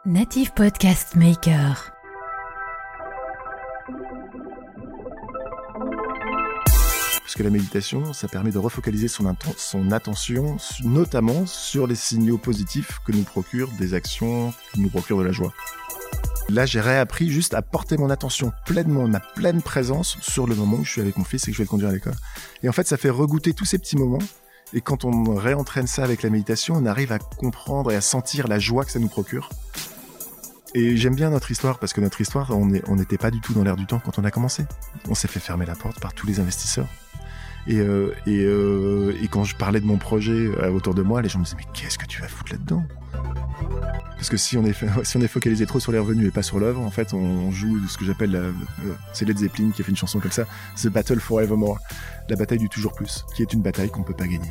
Native Podcast Maker. Parce que la méditation, ça permet de refocaliser son attention, notamment sur les signaux positifs que nous procurent des actions, qui nous procurent de la joie. Là, j'ai réappris juste à porter mon attention pleinement, ma pleine présence sur le moment où je suis avec mon fils et que je vais le conduire à l'école. Et en fait, ça fait regoûter tous ces petits moments. Et quand on réentraîne ça avec la méditation, on arrive à comprendre et à sentir la joie que ça nous procure. Et j'aime bien notre histoire, parce que notre histoire, on n'était pas du tout dans l'air du temps quand on a commencé. On s'est fait fermer la porte par tous les investisseurs. Et quand je parlais de mon projet autour de moi, les gens me disaient « Mais qu'est-ce que tu vas foutre là-dedans ?» Parce que si on est focalisé trop sur les revenus et pas sur l'œuvre, en fait, on joue ce que j'appelle, c'est Led Zeppelin qui a fait une chanson comme ça, The Battle Forevermore, la bataille du toujours plus, qui est une bataille qu'on ne peut pas gagner.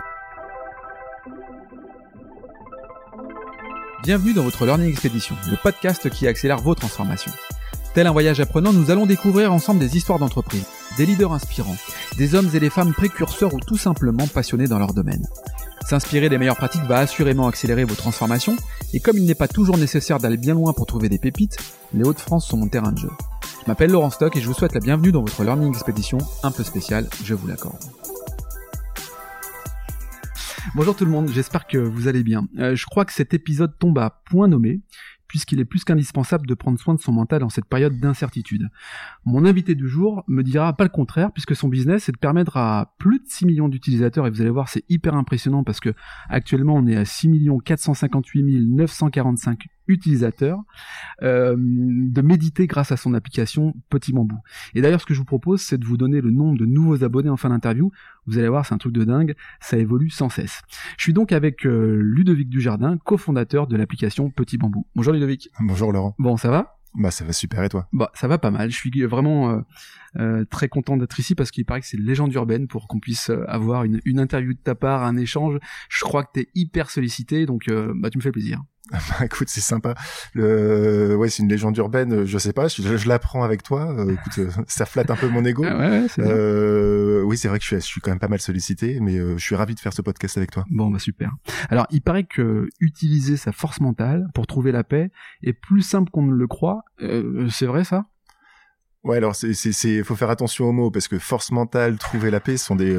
Bienvenue dans votre Learning Expedition, le podcast qui accélère vos transformations. Tel un voyage apprenant, nous allons découvrir ensemble des histoires d'entreprise, des leaders inspirants, des hommes et des femmes précurseurs ou tout simplement passionnés dans leur domaine. S'inspirer des meilleures pratiques va assurément accélérer vos transformations, et comme il n'est pas toujours nécessaire d'aller bien loin pour trouver des pépites, les Hauts-de-France sont mon terrain de jeu. Je m'appelle Laurent Stock et je vous souhaite la bienvenue dans votre Learning Expedition un peu spéciale, je vous l'accorde. Bonjour tout le monde, j'espère que vous allez bien. Je crois que cet épisode tombe à point nommé, puisqu'il est plus qu'indispensable de prendre soin de son mental en cette période d'incertitude. Mon invité du jour me dira pas le contraire, puisque son business est de permettre à plus de 6 millions d'utilisateurs, et vous allez voir, c'est hyper impressionnant, parce que actuellement on est à 6 458 945 utilisateurs, de méditer grâce à son application Petit Bambou. Et d'ailleurs, ce que je vous propose, c'est de vous donner le nombre de nouveaux abonnés en fin d'interview. Vous allez voir, c'est un truc de dingue, ça évolue sans cesse. Je suis donc avec Ludovic Dujardin, cofondateur de l'application Petit Bambou. Bonjour Ludovic. Bonjour Laurent. Bon, ça va ? Bah ça va super, et toi ? Bah ça va pas mal, je suis vraiment très content d'être ici, parce qu'il paraît que c'est une légende urbaine pour qu'on puisse avoir une interview de ta part, un échange. Je crois que t'es hyper sollicité, donc tu me fais plaisir. Bah écoute, c'est sympa. Ouais, c'est une légende urbaine, je sais pas, je l'apprends avec toi. Écoute, ça flatte un peu mon ego. Ouais, c'est bien. Oui, c'est vrai que je suis quand même pas mal sollicité, mais je suis ravi de faire ce podcast avec toi. Bon, bah super. Alors, il paraît que utiliser sa force mentale pour trouver la paix est plus simple qu'on ne le croit. C'est vrai ça ? Ouais, alors faut faire attention aux mots, parce que force mentale, trouver la paix sont des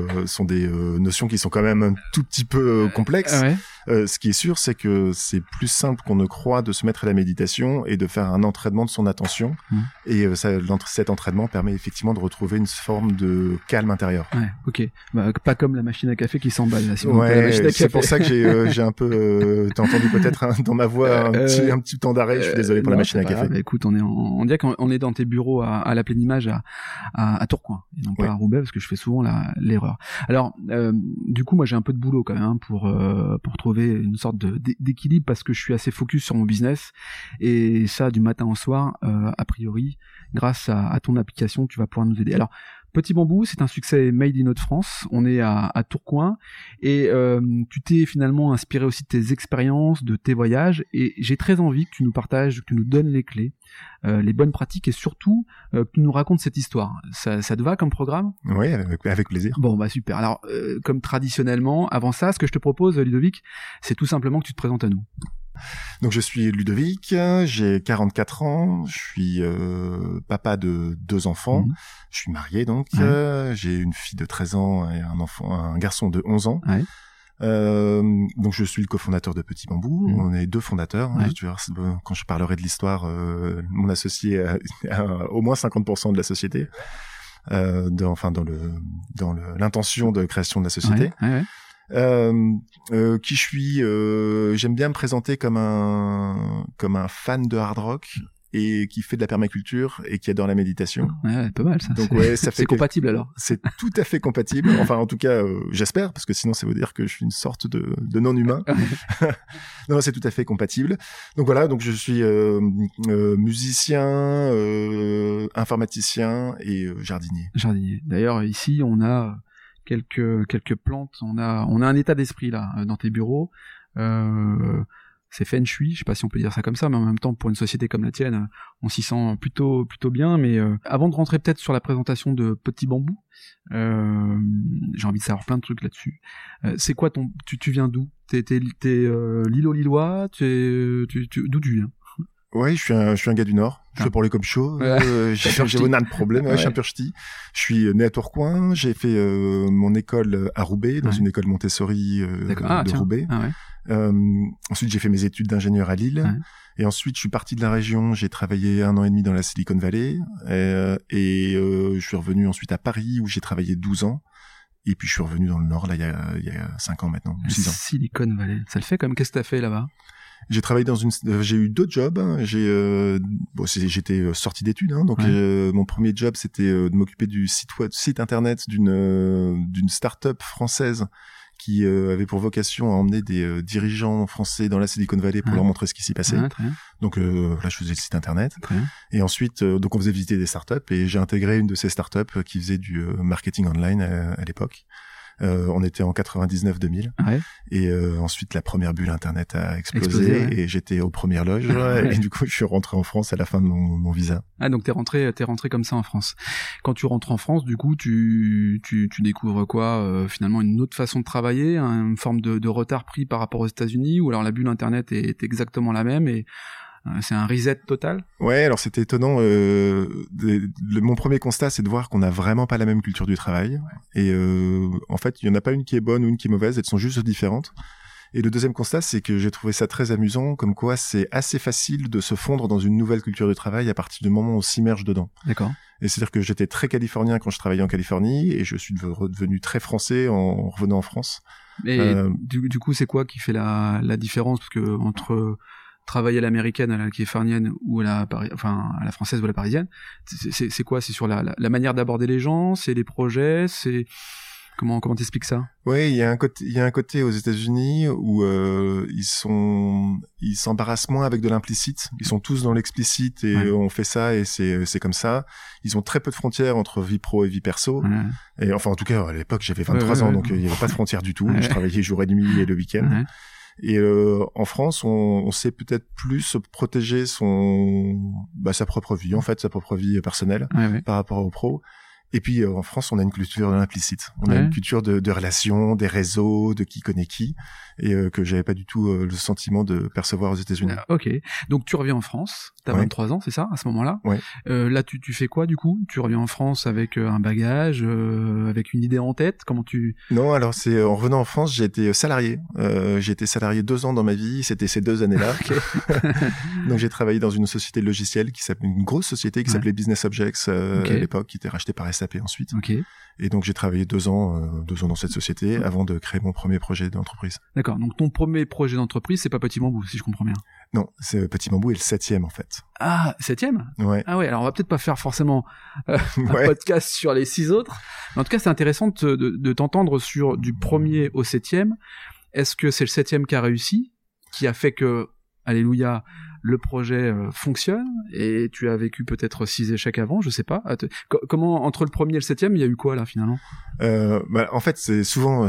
notions qui sont quand même un tout petit peu complexes. Ouais. Ce qui est sûr, c'est que c'est plus simple qu'on ne croit de se mettre à la méditation et de faire un entraînement de son attention. Et cet entraînement permet effectivement de retrouver une forme de calme intérieur. Ouais, ok. Bah, pas comme la machine à café qui s'emballe là. Si ouais, c'est pour ça que j'ai un peu. T'as entendu peut-être dans ma voix un petit temps d'arrêt. Je suis désolé pour la machine à café. Bah, écoute, on dirait qu'on est dans tes bureaux à la pleine image à Tourcoing et non pas à Roubaix, parce que je fais souvent l'erreur. Alors, du coup, moi j'ai un peu de boulot quand même pour trouver une sorte d'équilibre, parce que je suis assez focus sur mon business, et ça du matin au soir, a priori, grâce à ton application, tu vas pouvoir nous aider. Alors, Petit Bambou, c'est un succès made in Hauts-de-France. On est à Tourcoing, et tu t'es finalement inspiré aussi de tes expériences, de tes voyages, et j'ai très envie que tu nous partages, que tu nous donnes les clés, les bonnes pratiques, et surtout que tu nous racontes cette histoire. Ça te va comme programme ? Oui, avec plaisir. Bon, bah super. Alors, comme traditionnellement, avant ça, ce que je te propose, Ludovic, c'est tout simplement que tu te présentes à nous. Donc je suis Ludovic, j'ai 44 ans, je suis papa de 2 enfants, je suis marié donc, j'ai une fille de 13 ans et un garçon de 11 ans. Ouais. Donc je suis le cofondateur de Petit Bambou, on est 2 fondateurs. Tu vois, quand je parlerai de l'histoire, mon associé a au moins 50% de la société, dans l'intention de création de la société. Ouais. Qui je suis, j'aime bien me présenter comme un fan de hard rock et qui fait de la permaculture et qui adore la méditation. Ouais, pas mal ça. Donc ouais, ça fait c'est compatible alors. C'est tout à fait compatible. Enfin, en tout cas, j'espère, parce que sinon ça veut dire que je suis une sorte de non-humain. Non, c'est tout à fait compatible. Donc voilà, donc je suis musicien, informaticien et jardinier. Jardinier. D'ailleurs, ici, on a quelques plantes, on a un état d'esprit là dans tes bureaux. C'est feng shui, je sais pas si on peut dire ça comme ça, mais en même temps, pour une société comme la tienne, on s'y sent plutôt bien. Mais avant de rentrer peut-être sur la présentation de Petit Bambou, j'ai envie de savoir plein de trucs là-dessus. C'est quoi tu viens d'où ? T'es Lillois, d'où tu viens? Ouais, je suis un gars du Nord. Je suis pour les comme chaud. J'ai aucun problème. Je suis un pur ch'ti. Je suis né à Tourcoing. J'ai fait mon école à Roubaix, dans une école Montessori de Roubaix. Ensuite, j'ai fait mes études d'ingénieur à Lille. Et ensuite, je suis parti de la région. J'ai travaillé 1 an et demi dans la Silicon Valley. Je suis revenu ensuite à Paris, où j'ai travaillé 12 ans. Et puis, je suis revenu dans le Nord, là, il y a 5 ans maintenant, 6 ans. Silicon Valley. Ça le fait quand même. Qu'est-ce que t'as fait là-bas? J'ai travaillé j'ai eu 2 jobs. J'étais sorti d'études, hein, donc mon premier job c'était de m'occuper du site internet d'une start-up française qui avait pour vocation à emmener des dirigeants français dans la Silicon Valley pour leur montrer ce qui s'y passait. Donc là, je faisais le site internet. Et ensuite, donc on faisait visiter des startups et j'ai intégré une de ces startups qui faisait du marketing online à l'époque. On était en 99-2000 et ensuite la première bulle internet a explosé et j'étais aux premières loges et du coup je suis rentré en France à la fin de mon visa. Donc t'es rentré comme ça en France. Quand tu rentres en France, du coup tu découvres quoi, finalement une autre façon de travailler, une forme de retard pris par rapport aux États-Unis, ou alors la bulle internet est exactement la même et c'est un reset total? Ouais, alors c'était étonnant. Mon premier constat, c'est de voir qu'on n'a vraiment pas la même culture du travail. Et en fait, il y en a pas une qui est bonne ou une qui est mauvaise, elles sont juste différentes. Et le deuxième constat, c'est que j'ai trouvé ça très amusant, comme quoi c'est assez facile de se fondre dans une nouvelle culture du travail à partir du moment où on s'immerge dedans. D'accord. Et c'est-à-dire que j'étais très californien quand je travaillais en Californie, et je suis devenu très français en revenant en France. Et du coup, c'est quoi qui fait la différence? Parce que entre travailler à l'américaine, à la californienne ou à la française ou à la parisienne, c'est quoi? C'est sur la manière d'aborder les gens, c'est les projets, c'est comment t'expliques ça? Oui, il y a un côté aux États-Unis où ils s'embarrassent moins avec de l'implicite. Ils sont tous dans l'explicite et on fait ça et c'est comme ça. Ils ont très peu de frontières entre vie pro et vie perso. Et enfin, en tout cas, à l'époque, j'avais 23 ans, donc il y avait pas de frontières du tout. Je travaillais jour et nuit et le week-end. Et en France, on sait peut-être plus protéger sa propre vie, en fait, sa propre vie personnelle par rapport aux pros. Et puis en France, on a une culture de l'implicite. On a une culture de relations, des réseaux, de qui connaît qui, et que j'avais pas du tout le sentiment de percevoir aux États-Unis. Ok. Donc tu reviens en France, t'as 23 ans, c'est ça, à ce moment-là? Là, tu fais quoi du coup? Tu reviens en France avec un bagage, avec une idée en tête? Comment tu... Non, alors c'est en revenant en France, j'ai été salarié. J'ai été salarié 2 ans dans ma vie. C'était ces 2 années-là. Donc j'ai travaillé dans une société de logiciels une grosse société qui s'appelait Business Objects à l'époque, qui était rachetée par SAP ensuite. Et donc j'ai travaillé 2 ans dans cette société avant de créer mon premier projet d'entreprise. D'accord. Donc ton premier projet d'entreprise, c'est pas Petit Bambou, si je comprends bien. Non, c'est Petit Bambou est le 7e en fait. Ah, 7e? Ah ouais. Alors on va peut-être pas faire forcément un podcast sur les 6 autres. Mais en tout cas, c'est intéressant de t'entendre sur du premier au 7e. Est-ce que c'est le 7e qui a réussi, qui a fait que, alléluia, le projet fonctionne, et tu as vécu peut-être 6 échecs avant, je sais pas. Comment, entre le premier et le 7e, il y a eu quoi là finalement? En fait, c'est souvent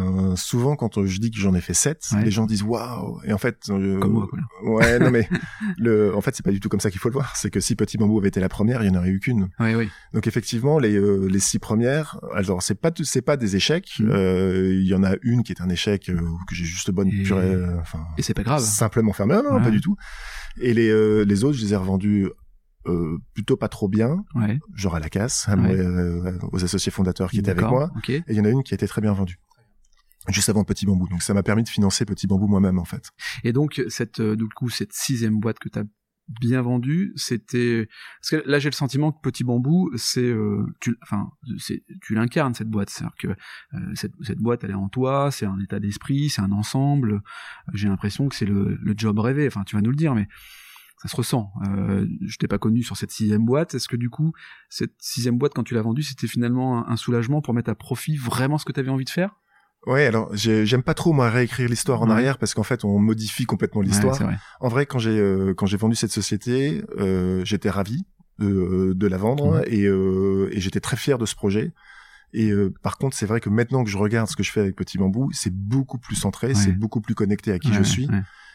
quand je dis que j'en ai fait 7, les gens disent waouh, et en fait comme moi, quoi. Ouais, non mais en fait, c'est pas du tout comme ça qu'il faut le voir. C'est que si Petit Bambou avait été la première, il y en aurait eu qu'une. Oui. Donc effectivement, les 6 premières, alors c'est pas des échecs. Il y en a une qui est un échec que j'ai juste bonne purée. Et c'est pas grave. Simplement fermé. Non, pas du tout. Et les autres, je les ai revendus plutôt pas trop bien, genre à la casse, aux associés fondateurs qui étaient avec moi. Et il y en a une qui a été très bien vendue, juste avant Petit Bambou. Donc ça m'a permis de financer Petit Bambou moi-même en fait. Et donc cette 6e boîte que t'as bien vendue, c'était... Parce que là j'ai le sentiment que Petit Bambou, tu l'incarnes cette boîte. C'est-à-dire que cette boîte, elle est en toi, c'est un état d'esprit, c'est un ensemble. J'ai l'impression que c'est le job rêvé. Enfin, tu vas nous le dire, mais ça se ressent. Je t'ai pas connu sur cette 6e boîte. Est-ce que du coup, cette 6e boîte, quand tu l'as vendue, c'était finalement un soulagement pour mettre à profit vraiment ce que tu avais envie de faire? Ouais, alors j'aime pas trop moi réécrire l'histoire en arrière parce qu'en fait on modifie complètement l'histoire. En vrai, quand j'ai vendu cette société, j'étais ravi de la vendre et j'étais très fier de ce projet. Et par contre, c'est vrai que maintenant que je regarde ce que je fais avec Petit Bambou, c'est beaucoup plus centré, c'est beaucoup plus connecté à qui je suis.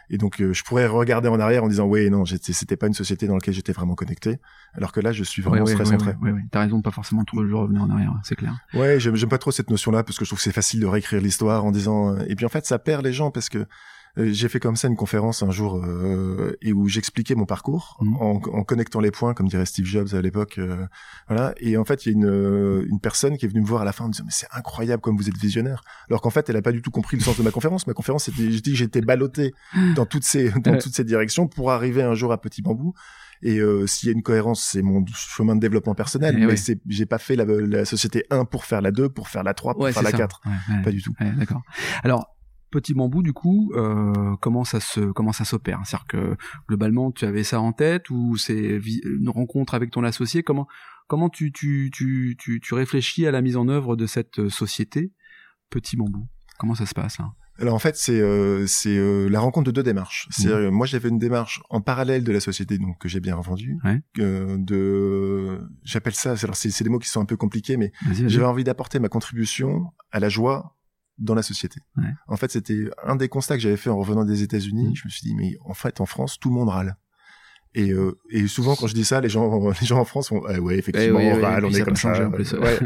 Et donc, je pourrais regarder en arrière en disant, ouais, non, c'était pas une société dans laquelle j'étais vraiment connecté. Alors que là, je suis vraiment très centré. Ouais. T'as raison de pas forcément toujours revenir en arrière, c'est clair. Ouais, j'aime pas trop cette notion-là parce que je trouve que c'est facile de réécrire l'histoire en disant, et puis en fait, ça perd les gens parce que j'ai fait comme ça une conférence un jour et où j'expliquais mon parcours en connectant les points, comme dirait Steve Jobs à l'époque. Voilà. Et en fait, il y a une personne qui est venue me voir à la fin en me disant, mais c'est incroyable comme vous êtes visionnaire. Alors qu'en fait, elle a pas du tout compris le sens de ma conférence. Ma conférence, c'était, je dis que j'étais ballotté dans toutes ces directions pour arriver un jour à Petit Bambou. Et s'il y a une cohérence, c'est mon chemin de développement personnel. Mais j'ai pas fait la société 1 pour faire la 2, pour faire la 3, pour faire la 4. Pas du tout. Ouais, d'accord. Alors, Petit Bambou, du coup, comment ça s'opère? C'est-à-dire que globalement, tu avais ça en tête ou c'est une rencontre avec ton associé? Comment tu réfléchis à la mise en œuvre de cette société Petit Bambou? Comment ça se passe là? Alors en fait, c'est la rencontre de deux démarches. C'est moi j'avais une démarche en parallèle de la société donc que j'ai bien revendue. J'appelle ça. Alors c'est des mots qui sont un peu compliqués, mais j'avais envie d'apporter ma contribution à la joie dans la société. En fait, c'était un des constats que j'avais fait en revenant des États-Unis. Je me suis dit, mais en fait, en France, tout le monde râle. Et souvent, quand je dis ça, les gens en France font, ouais, effectivement, on râle, on est comme ça. En plus, ouais.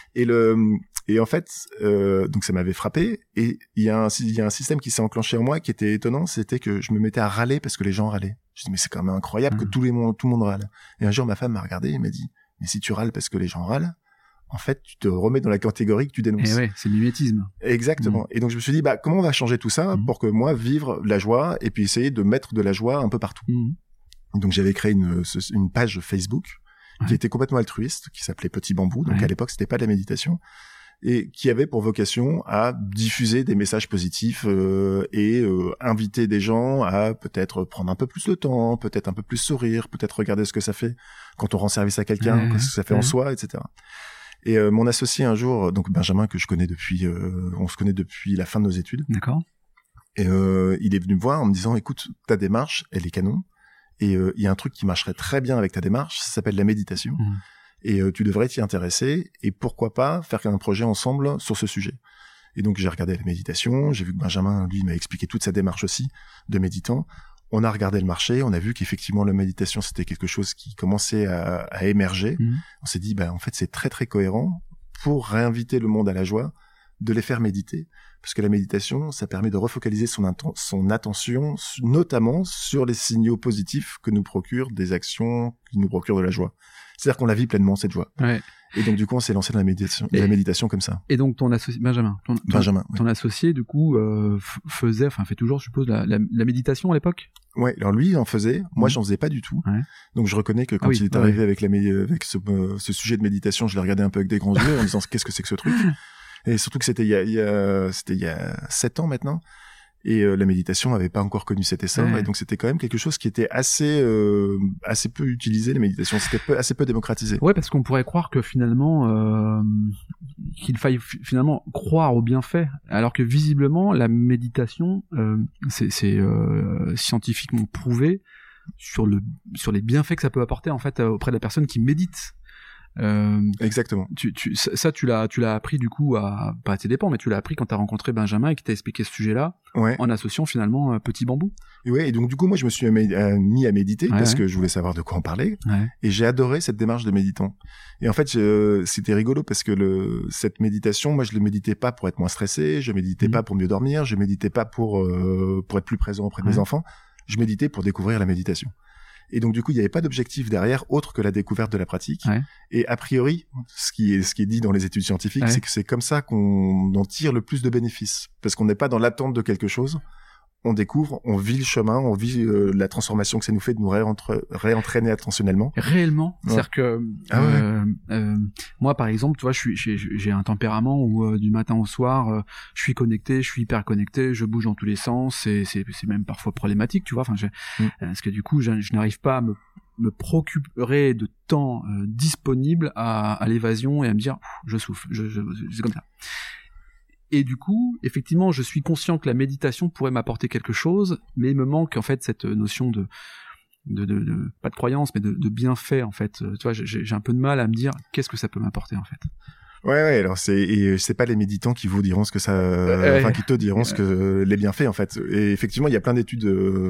Et en fait, donc ça m'avait frappé. Et il y a un système qui s'est enclenché en moi qui était étonnant, c'était que je me mettais à râler parce que les gens râlaient. Je dis, mais c'est quand même incroyable que tout le monde râle. Et un jour, ma femme m'a regardé et m'a dit, mais si tu râles parce que les gens râlent, en fait, tu te remets dans la catégorie que tu dénonces. Et ouais, c'est le mimétisme. Exactement. Et donc, je me suis dit, comment on va changer tout ça pour que moi, vivre la joie et puis essayer de mettre de la joie un peu partout. Donc, j'avais créé une page Facebook qui était complètement altruiste, qui s'appelait Petit Bambou. Donc, à l'époque, c'était pas de la méditation. Et qui avait pour vocation à diffuser des messages positifs et inviter des gens à peut-être prendre un peu plus de temps, peut-être un peu plus sourire, peut-être regarder ce que ça fait quand on rend service à quelqu'un, ce que ça fait en soi, etc. Et mon associé un jour, donc Benjamin que je connais depuis, on se connaît depuis la fin de nos études. D'accord. Et il est venu me voir en me disant, écoute, ta démarche, elle est canon. Et il y a un truc qui marcherait très bien avec ta démarche, ça s'appelle la méditation. Et tu devrais t'y intéresser. Et pourquoi pas faire un projet ensemble sur ce sujet. Et donc j'ai regardé la méditation, j'ai vu que Benjamin, lui, m'a expliqué toute sa démarche aussi de méditant. On a regardé le marché, on a vu qu'effectivement la méditation c'était quelque chose qui commençait à émerger. On s'est dit en fait c'est très très cohérent pour réinviter le monde à la joie, de les faire méditer, parce que la méditation ça permet de refocaliser son attention notamment sur les signaux positifs que nous procurent des actions qui nous procurent de la joie. C'est-à-dire qu'on la vit pleinement cette joie. Ouais. Et donc du coup on s'est lancé dans la méditation comme ça. Et donc ton associé ton associé du coup fait toujours je suppose la méditation à l'époque. Ouais, alors lui il en faisait, moi j'en faisais pas du tout. Ouais. Donc je reconnais que quand il est arrivé avec avec ce sujet de méditation, je l'ai regardé un peu avec des grands yeux en disant qu'est-ce que c'est que ce truc. Et surtout que c'était il y a 7 ans maintenant. Et la méditation n'avait pas encore connu cet essor, et donc c'était quand même quelque chose qui était assez peu utilisé, les méditations, c'était assez peu démocratisé. Ouais, parce qu'on pourrait croire que finalement qu'il faille finalement croire au bienfait, alors que visiblement la méditation c'est scientifiquement prouvé sur les bienfaits que ça peut apporter en fait auprès de la personne qui médite. Exactement. Tu l'as appris du coup pas à tes dépens, mais tu l'as appris quand t'as rencontré Benjamin et qui t'a expliqué ce sujet-là, en associant finalement Petit Bambou. Et donc du coup moi je me suis mis à méditer parce que je voulais savoir de quoi on parlait, et j'ai adoré cette démarche de méditant. Et en fait c'était rigolo parce que cette méditation, moi je le méditais pas pour être moins stressé, je méditais pas pour mieux dormir, je méditais pas pour être plus présent auprès de mes enfants, je méditais pour découvrir la méditation. Et donc du coup, il n'y avait pas d'objectif derrière autre que la découverte de la pratique. Et a priori, ce qui est dit dans les études scientifiques, c'est que c'est comme ça qu'on en tire le plus de bénéfices, parce qu'on n'est pas dans l'attente de quelque chose. On découvre, on vit le chemin, on vit la transformation que ça nous fait de nous réentraîner attentionnellement. Réellement, c'est-à-dire que moi, par exemple, tu vois, j'ai un tempérament où du matin au soir, je suis connecté, je suis hyper connecté, je bouge dans tous les sens, c'est même parfois problématique, tu vois. Enfin, parce que du coup, je n'arrive pas à me procurer de temps disponible à l'évasion et à me dire, je souffle, c'est comme ça. Et du coup, effectivement, je suis conscient que la méditation pourrait m'apporter quelque chose, mais il me manque en fait cette notion de pas de croyance, mais de bienfait en fait. Tu vois, j'ai un peu de mal à me dire qu'est-ce que ça peut m'apporter en fait. Ouais, alors c'est pas les méditants qui vous diront ce que ça, qui te diront ce que les bienfaits en fait. Et effectivement, il y a plein d'études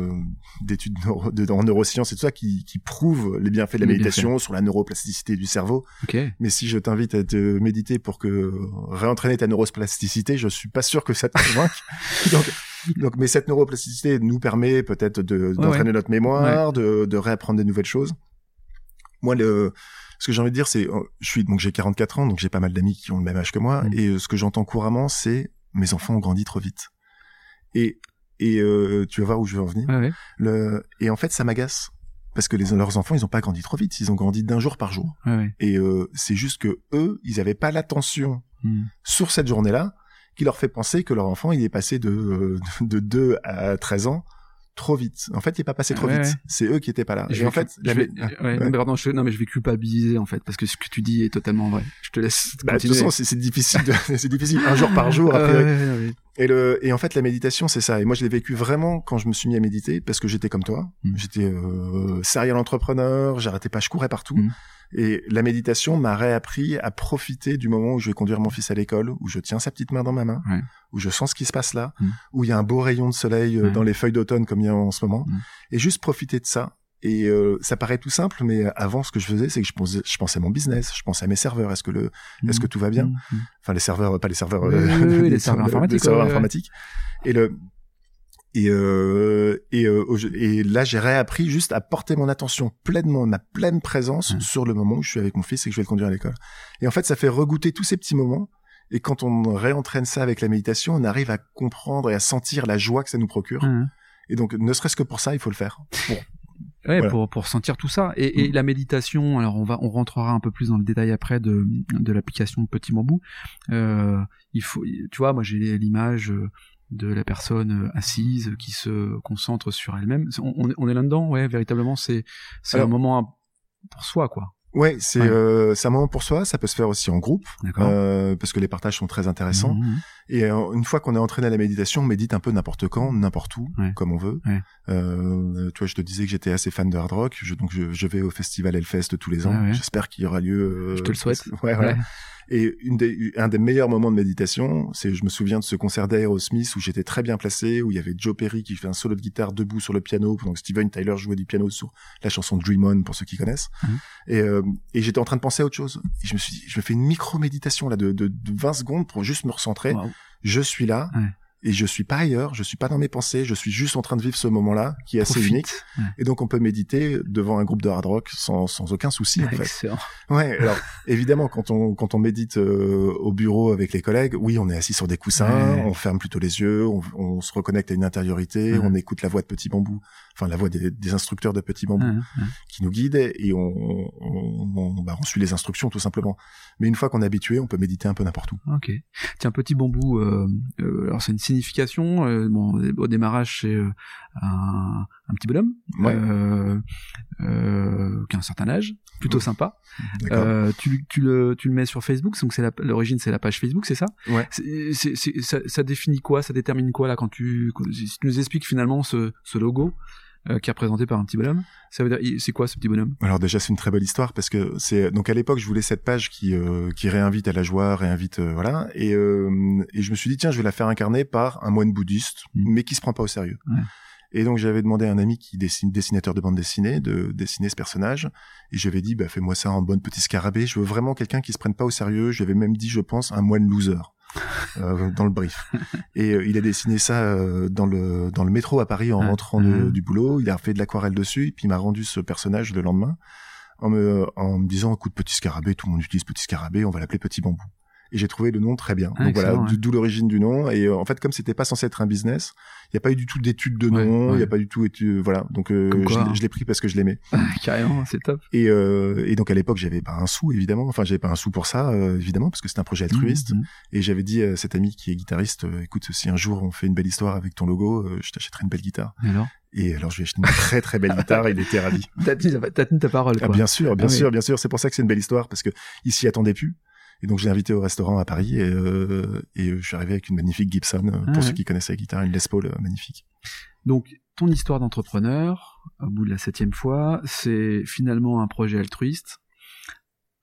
en neurosciences et tout ça qui prouvent les bienfaits de la méditation sur la neuroplasticité du cerveau. Okay. Mais si je t'invite à te méditer pour réentraîner ta neuroplasticité, je suis pas sûr que ça te convainque. Donc, mais cette neuroplasticité nous permet peut-être d'entraîner notre mémoire, de réapprendre des nouvelles choses. Moi, ce que j'ai envie de dire, c'est, j'ai 44 ans, donc j'ai pas mal d'amis qui ont le même âge que moi, et ce que j'entends couramment, c'est mes enfants ont grandi trop vite. Et tu vas voir où je veux en venir. Et en fait, ça m'agace parce que leurs enfants, ils ont pas grandi trop vite, ils ont grandi d'un jour par jour. Et c'est juste que eux, ils avaient pas l'attention sur cette journée-là qui leur fait penser que leur enfant, il est passé de 2 à 13 ans trop vite. En fait, il est pas passé trop vite. C'est eux qui étaient pas là. Je vais culpabiliser en fait parce que ce que tu dis est totalement vrai. Je te laisse continuer. De toute façon, c'est difficile c'est difficile un jour par jour après. Et en fait, la méditation, c'est ça. Et moi, je l'ai vécu vraiment quand je me suis mis à méditer parce que j'étais comme toi. J'étais serial entrepreneur, j'arrêtais pas, je courais partout. Et la méditation m'a réappris à profiter du moment où je vais conduire mon fils à l'école, où je tiens sa petite main dans ma main, où je sens ce qui se passe là, où il y a un beau rayon de soleil dans les feuilles d'automne comme il y a en ce moment, et juste profiter de ça. Et ça paraît tout simple, mais avant, ce que je faisais, c'est que je pensais à mon business, je pensais à mes serveurs. Est-ce que tout va bien? Enfin, les serveurs, pas les serveurs, les serveurs informatiques. Les serveurs informatiques. Et là, j'ai réappris juste à porter mon attention pleinement, ma pleine présence sur le moment où je suis avec mon fils et que je vais le conduire à l'école. Et en fait, ça fait regoûter tous ces petits moments. Et quand on réentraîne ça avec la méditation, on arrive à comprendre et à sentir la joie que ça nous procure. Et donc, ne serait-ce que pour ça, il faut le faire. Pour sentir tout ça. Et la méditation, alors on rentrera un peu plus dans le détail après de l'application Petit Bambou. Il faut, tu vois, moi j'ai l'image de la personne assise qui se concentre sur elle-même. On est là-dedans, véritablement, c'est un moment pour soi, quoi. C'est un moment pour soi, ça peut se faire aussi en groupe, parce que les partages sont très intéressants. Et une fois qu'on est entraîné à la méditation, on médite un peu n'importe quand, n'importe où, comme on veut. Tu vois, je te disais que j'étais assez fan de hard rock, donc je vais au festival Hellfest tous les ans. J'espère qu'il y aura lieu. Je te le souhaite. Et un des meilleurs moments de méditation, je me souviens de ce concert d'Aerosmith où j'étais très bien placé, où il y avait Joe Perry qui fait un solo de guitare debout sur le piano pendant que Steven Tyler jouait du piano sur la chanson Dream On pour ceux qui connaissent. Et j'étais en train de penser à autre chose. Et je me suis dit, je me fais une micro-méditation là de 20 secondes pour juste me recentrer. Je suis là. Et je suis pas ailleurs, je suis pas dans mes pensées, je suis juste en train de vivre ce moment-là qui est assez unique. Et donc on peut méditer devant un groupe de hard rock sans aucun souci en fait. Excellent. Alors évidemment quand on médite au bureau avec les collègues, oui, on est assis sur des coussins, on ferme plutôt les yeux, on se reconnecte à une intériorité, on écoute la voix de Petit Bambou, enfin la voix des instructeurs de Petit Bambou qui nous guident et on suit les instructions tout simplement. Mais une fois qu'on est habitué, on peut méditer un peu n'importe où. Ok. Tiens, Petit Bambou, alors c'est une signification. Au démarrage, c'est un petit bonhomme qui a un certain âge, plutôt sympa. Tu le mets sur Facebook, donc l'origine c'est la page Facebook, c'est ça? Ça définit quoi? Ça détermine quoi là si tu nous expliques finalement ce logo qui est représenté par un petit bonhomme, ça veut dire c'est quoi ce petit bonhomme? Alors déjà c'est une très belle histoire parce que donc à l'époque je voulais cette page qui réinvite à la joie, réinvite et je me suis dit tiens je vais la faire incarner par un moine bouddhiste mais qui se prend pas au sérieux. Et donc j'avais demandé à un ami qui dessinateur de bande dessinée de dessiner ce personnage et j'avais dit fais-moi ça en bon petit scarabée, je veux vraiment quelqu'un qui se prenne pas au sérieux, j'avais même dit je pense un moine loser. Dans le brief. Et il a dessiné ça dans le métro à Paris en rentrant du boulot. Il a fait de l'aquarelle dessus et puis il m'a rendu ce personnage le lendemain en me disant écoute petit scarabée, tout le monde utilise petit scarabée, on va l'appeler Petit Bambou. Et j'ai trouvé le nom très bien. Donc voilà, d'où l'origine du nom. Et en fait, comme c'était pas censé être un business, il y a pas eu du tout d'études de nom, il y a pas du tout voilà. Donc je l'ai pris parce que je l'aimais. Carrément, c'est top. Et donc à l'époque, j'avais pas un sou évidemment. Enfin, j'avais pas un sou pour ça évidemment parce que c'était un projet altruiste. Et j'avais dit à cet ami qui est guitariste, écoute, si un jour on fait une belle histoire avec ton logo, je t'achèterai une belle guitare. Et alors je lui ai acheté une très très belle guitare, il était ravi. T'as tenu ta parole quoi. Bien sûr. C'est pour ça que c'est une belle histoire parce que il s'y attendait plus. Et donc, je l'ai invité au restaurant à Paris et je suis arrivé avec une magnifique Gibson, pour ceux qui connaissent la guitare, une Les Paul magnifique. Donc, ton histoire d'entrepreneur, au bout de la 7e fois, c'est finalement un projet altruiste,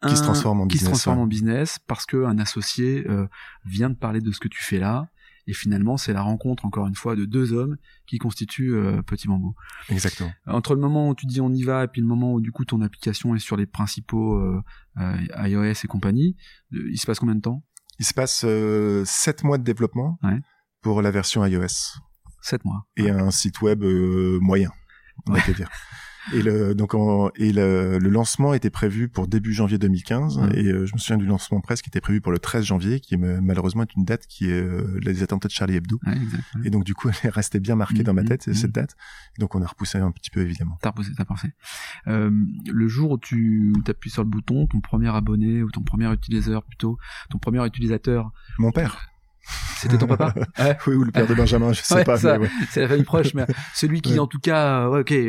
qui se transforme en business parce que un associé vient de parler de ce que tu fais là. Et finalement, c'est la rencontre, encore une fois, de deux hommes qui constituent Petit Bambou. Exactement. Entre le moment où tu dis on y va et puis le moment où du coup ton application est sur les principaux iOS et compagnie, il se passe combien de temps ? Il se passe 7 mois de développement pour la version iOS. 7 mois. Et un site web moyen, on va dire. Et le lancement était prévu pour début janvier 2015 et je me souviens du lancement presse qui était prévu pour le 13 janvier qui malheureusement est une date qui est les attentats de Charlie Hebdo. Et donc du coup elle est restée bien marquée dans ma tête cette date. Et donc on a repoussé un petit peu évidemment. T'as repoussé. Le jour où tu appuies sur le bouton, ton premier abonné ou ton premier utilisateur, mon père. C'était ton papa? Oui, ou le père de Benjamin, je sais pas. Ça, c'est la famille proche, mais celui qui, en tout cas,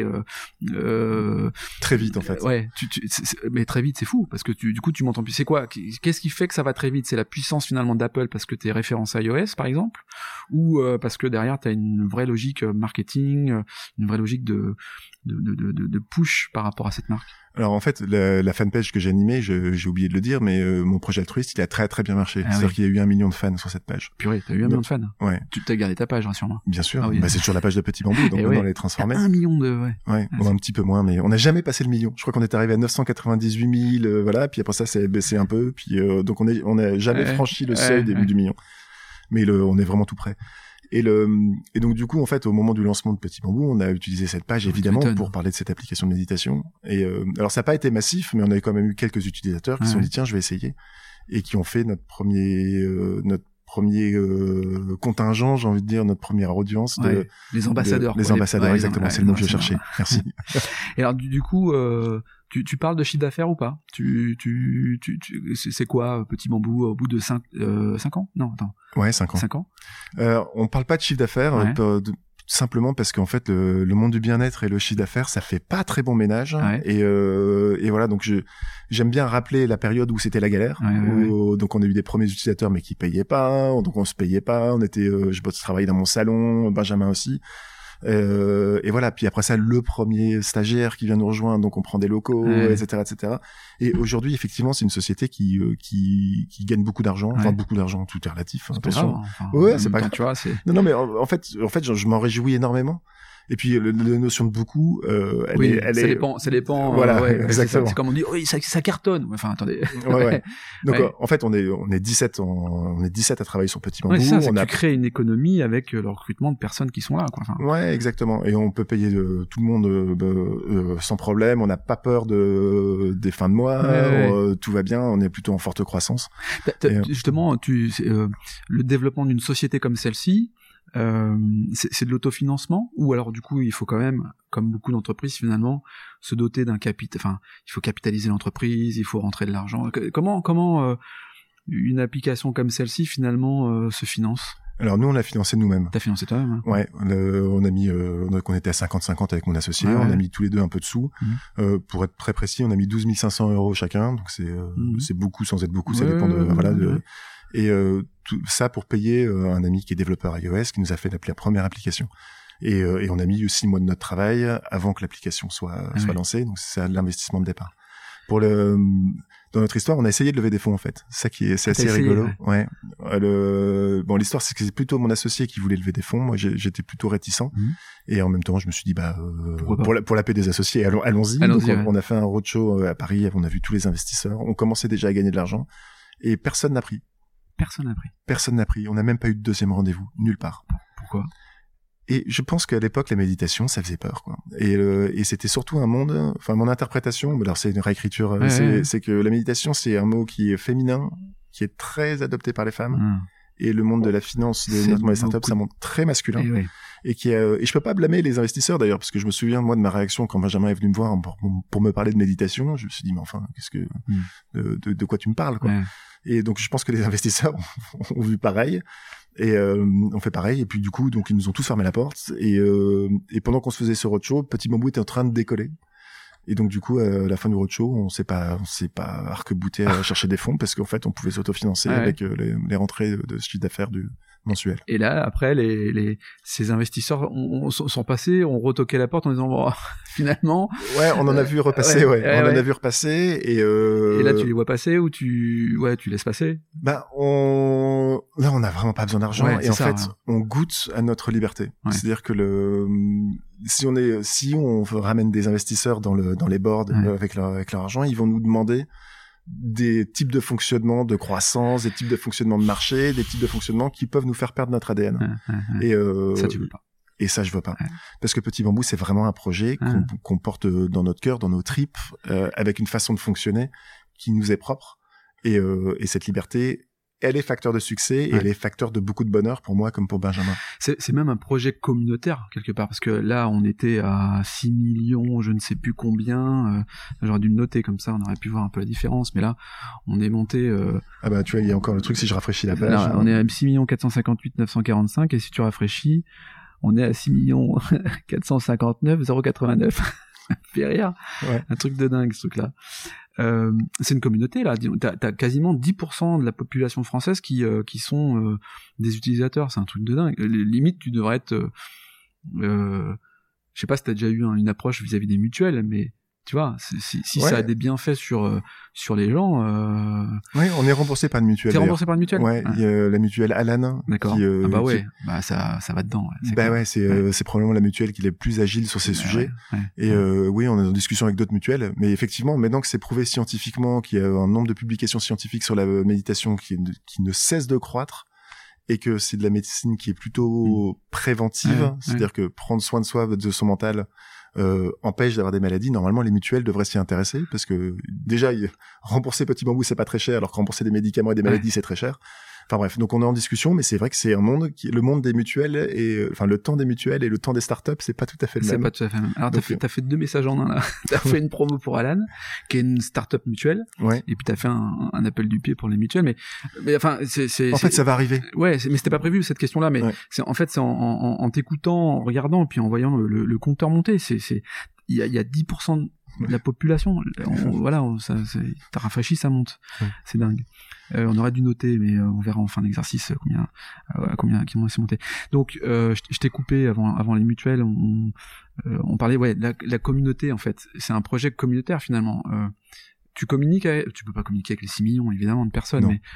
très vite, en fait. Ouais, mais très vite, c'est fou, parce que du coup, tu m'entends plus. C'est quoi? Qu'est-ce qui fait que ça va très vite? C'est la puissance, finalement, d'Apple, parce que t'es référencé iOS, par exemple, ou parce que derrière, t'as une vraie logique marketing, une vraie logique de push par rapport à cette marque? Alors en fait, la fanpage que j'ai animée, j'ai oublié de le dire, mais mon projet altruiste, il a très très bien marché. C'est-à-dire qu'il y a eu 1 million de fans sur cette page. Purée, t'as eu 1 million de fans? Ouais. Tu t'as gardé ta page, rassure-moi. Bien sûr. Oui. C'est toujours la page de Petit Bambou, donc on l'a transformée. 1 million de... Ouais, un petit peu moins, mais on n'a jamais passé le million. Je crois qu'on est arrivé à 998 000, voilà, puis après ça, c'est baissé un peu, puis donc on n'a jamais franchi le seuil du million. Mais on est vraiment tout près. Et donc du coup en fait au moment du lancement de Petit Bambou on a utilisé cette page évidemment pour parler de cette application de méditation et alors ça n'a pas été massif mais on avait quand même eu quelques utilisateurs qui se sont dit tiens je vais essayer et qui ont fait notre premier contingent, j'ai envie de dire, notre première audience les ambassadeurs. Les ambassadeurs, exactement, c'est le mot que je cherchais. Merci. Et alors du coup, tu parles de chiffre d'affaires ou pas? C'est quoi Petit Bambou au bout de 5 ans? Non, attends. Ouais, 5 ans. 5 ans. On parle pas de chiffre d'affaires. Simplement parce qu'en fait le monde du bien-être et le chiffre d'affaires ça fait pas très bon ménage et voilà donc j'aime bien rappeler la période où c'était la galère donc on a eu des premiers utilisateurs mais qui payaient pas donc on se payait pas on était je travaillais dans mon salon Benjamin aussi et voilà puis après ça le premier stagiaire qui vient nous rejoindre donc on prend des locaux etc et aujourd'hui effectivement c'est une société qui gagne beaucoup d'argent beaucoup d'argent tout est relatif attention c'est pas grave tu vois non mais en fait je m'en réjouis énormément et puis la notion de beaucoup ça dépend voilà exactement c'est comme on dit ça cartonne enfin attendez donc en fait on est 17 à travailler sur Petit Bambou tu crées une économie avec le recrutement de personnes qui sont là ouais exactement et on peut payer tout le monde sans problème on n'a pas peur des fins de mois tout va bien on est plutôt en forte croissance justement le développement d'une société comme celle-ci c'est de l'autofinancement ou alors du coup il faut quand même comme beaucoup d'entreprises finalement se doter d'un capital il faut capitaliser l'entreprise il faut rentrer de l'argent comment une application comme celle-ci finalement se finance? Alors nous on l'a financé nous-mêmes. T'as financé toi-même Ouais, on a mis on était à 50-50 avec mon associé, on a mis tous les deux un peu de sous. Pour être très précis, on a mis 12 500 € chacun, donc c'est beaucoup sans être beaucoup, ça dépend et tout ça pour payer un ami qui est développeur iOS qui nous a fait la première application. Et on a mis 6 mois de notre travail avant que l'application soit lancée, donc c'est l'investissement de départ. Dans notre histoire, on a essayé de lever des fonds en fait. C'est assez rigolo. Ouais. L'histoire c'est que c'est plutôt mon associé qui voulait lever des fonds. Moi, j'étais plutôt réticent. Et en même temps, je me suis dit pour la paix des associés, allons-y. Donc, on a fait un roadshow à Paris. On a vu tous les investisseurs. On commençait déjà à gagner de l'argent et personne n'a pris. Personne n'a pris. On n'a même pas eu de deuxième rendez-vous nulle part. Pourquoi? Et je pense qu'à l'époque, la méditation, ça faisait peur, quoi. Et c'était surtout un monde, mon interprétation, alors c'est une réécriture, c'est que la méditation, c'est un mot qui est féminin, qui est très adopté par les femmes. Et le monde de la finance, notamment les startups, c'est un monde très masculin. Et je peux pas blâmer les investisseurs, d'ailleurs, parce que je me souviens, moi, de ma réaction quand Benjamin est venu me voir pour me parler de méditation. Je me suis dit, mais enfin, de quoi tu me parles, quoi. Et donc, je pense que les investisseurs ont vu pareil. Et on fait pareil et puis du coup donc ils nous ont tous fermé la porte et pendant qu'on se faisait ce roadshow Petit Bambou était en train de décoller et donc du coup à la fin du roadshow on s'est pas arc-bouté à chercher des fonds parce qu'en fait on pouvait s'autofinancer avec les rentrées de chiffre d'affaires de mensuel. Et là, après, ces investisseurs sont passés, ont retoqué la porte en disant bon, finalement. Ouais, on en a vu repasser, on en a vu repasser et là, tu les vois passer ou tu laisses passer? Là, on n'a vraiment pas besoin d'argent et en fait, on goûte à notre liberté. Ouais. C'est-à-dire que si on ramène des investisseurs dans les boards avec leur argent, ils vont nous demander des types de fonctionnement de croissance, des types de fonctionnement de marché, des types de fonctionnement qui peuvent nous faire perdre notre ADN. Et ça, tu veux pas. Et ça, je veux pas. Ouais. Parce que Petit Bambou, c'est vraiment un projet qu'on porte dans notre cœur, dans nos tripes, avec une façon de fonctionner qui nous est propre. Et cette liberté, elle est facteur de succès et elle est facteur de beaucoup de bonheur pour moi comme pour Benjamin. C'est même un projet communautaire quelque part parce que là on était à 6 millions, je ne sais plus combien, j'aurais dû le noter comme ça, on aurait pu voir un peu la différence, mais là on est monté... Ah bah tu vois, il y a encore le truc si je rafraîchis la page. Là, on est à 6 458 945 et si tu rafraîchis, on est à 6 459 089. Fait rire. Ouais. Un truc de dingue ce truc-là. C'est une communauté là. T'as quasiment 10% de la population française qui sont des utilisateurs. C'est un truc de dingue. Limite, tu devrais être. Je sais pas si t'as déjà eu une approche vis-à-vis des mutuelles, mais tu vois, si ça a des bienfaits sur les gens. Oui, on est remboursé par une mutuelle. T'es remboursé par une mutuelle. Ouais, il y a la mutuelle Alan. D'accord. Ça va dedans. Ouais. C'est probablement la mutuelle qui est plus agile sur ces sujets. Et oui, on est en discussion avec d'autres mutuelles, mais effectivement, maintenant que c'est prouvé scientifiquement, qu'il y a un nombre de publications scientifiques sur la méditation qui ne cesse de croître. Et que c'est de la médecine qui est plutôt préventive, c'est-à-dire que prendre soin de soi, de son mental, empêche d'avoir des maladies. Normalement, les mutuelles devraient s'y intéresser parce que déjà, rembourser Petit Bambou, c'est pas très cher, alors que rembourser des médicaments et des maladies, c'est très cher. Enfin bref, donc on est en discussion, mais c'est vrai que c'est un monde le monde des mutuelles et enfin le temps des mutuelles et le temps des startups, c'est pas tout à fait le même. C'est pas tout à fait le même. Alors t'as fait 2 messages en un là. T'as fait une promo pour Alan, qui est une startup mutuelle, et puis t'as fait un appel du pied pour les mutuelles, mais enfin c'est. En fait, ça va arriver. Ouais, mais c'était pas prévu cette question-là, mais c'est en t'écoutant, en regardant, puis en voyant le compteur monter, il y a 10% de la population. T'as rafraîchi, ça monte. C'est dingue. On aurait dû noter, mais on verra en fin d'exercice combien c'est monté. Donc, je t'ai coupé avant les mutuelles. On parlait, la communauté en fait. C'est un projet communautaire finalement. Tu peux pas communiquer avec les 6 millions évidemment de personnes, mais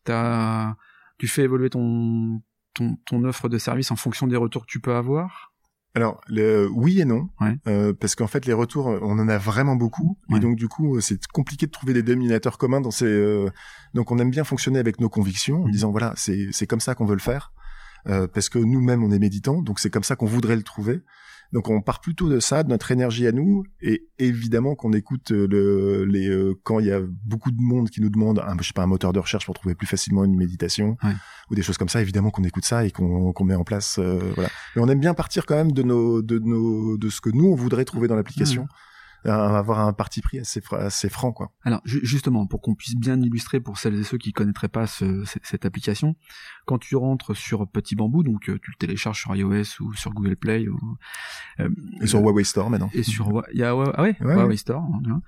tu fais évoluer ton offre de service en fonction des retours que tu peux avoir. Alors, oui et non, parce qu'en fait, les retours, on en a vraiment beaucoup, et donc du coup, c'est compliqué de trouver des dénominateurs communs dans ces. Donc, on aime bien fonctionner avec nos convictions, en disant voilà, c'est comme ça qu'on veut le faire, parce que nous-mêmes, on est méditants, donc c'est comme ça qu'on voudrait le trouver. Donc, on part plutôt de ça, de notre énergie à nous, et évidemment qu'on écoute quand il y a beaucoup de monde qui nous demande, un moteur de recherche pour trouver plus facilement une méditation, ou des choses comme ça. Évidemment qu'on écoute ça et qu'on met en place, voilà. Mais on aime bien partir quand même de ce que nous on voudrait trouver dans l'application. Avoir un parti pris assez franc, quoi. Alors justement, pour qu'on puisse bien illustrer pour celles et ceux qui connaîtraient pas cette application, quand tu rentres sur Petit Bambou, donc tu le télécharges sur iOS ou sur Google Play et sur Huawei Store maintenant. Et sur Huawei Store.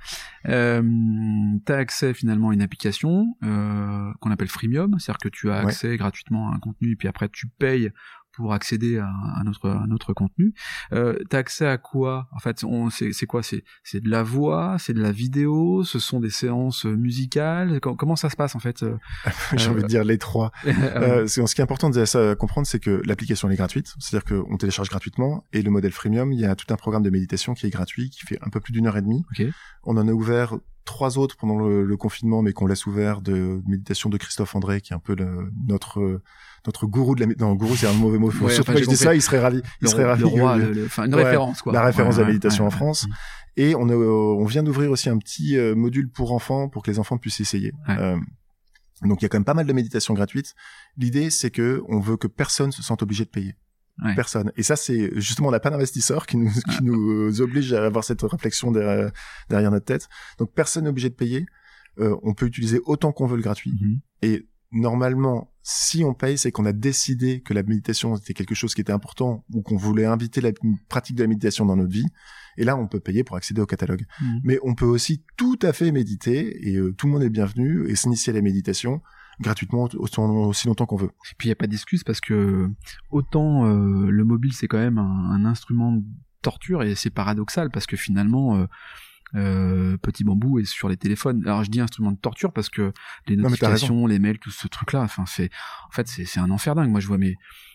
T'as accès finalement à une application qu'on appelle freemium, c'est-à-dire que tu as accès gratuitement à un contenu et puis après tu payes pour accéder à un autre contenu. T'as accès à quoi? En fait, c'est quoi? C'est de la voix, c'est de la vidéo, ce sont des séances musicales. Comment ça se passe en fait? J'ai envie de dire les trois. Ce qui est important de comprendre, c'est que l'application elle est gratuite, c'est-à-dire qu'on télécharge gratuitement, et le modèle freemium, il y a tout un programme de méditation qui est gratuit, qui fait un peu plus d'1h30. On en a ouvert 3 autres pendant le confinement, mais qu'on laisse ouvert, de méditation de Christophe André, qui est un peu notre gourou de la méditation. Non, gourou, c'est un mauvais mot. Surtout que je dis ça, il serait ravi. Le roi, une référence, quoi. La référence de la méditation en France. Et on vient d'ouvrir aussi un petit module pour enfants, pour que les enfants puissent essayer. Donc il y a quand même pas mal de méditations gratuites. L'idée, c'est que on veut que personne se sente obligé de payer. Personne. Et ça, c'est justement, on n'a pas d'investisseurs qui nous oblige à avoir cette réflexion derrière notre tête. Donc personne n'est obligé de payer. On peut utiliser autant qu'on veut le gratuit. Et normalement, si on paye, c'est qu'on a décidé que la méditation était quelque chose qui était important, ou qu'on voulait inviter la pratique de la méditation dans notre vie. Et là, on peut payer pour accéder au catalogue. Mais on peut aussi tout à fait méditer, et tout le monde est bienvenu, et s'initier à la méditation gratuitement aussi longtemps qu'on veut. Et puis il y a pas d'excuse parce que autant le mobile c'est quand même un instrument de torture et c'est paradoxal parce que finalement Petit Bambou est sur les téléphones. Alors je dis instrument de torture parce que les notifications, les mails, tout ce truc-là, enfin c'est un enfer dingue. Moi je vois mes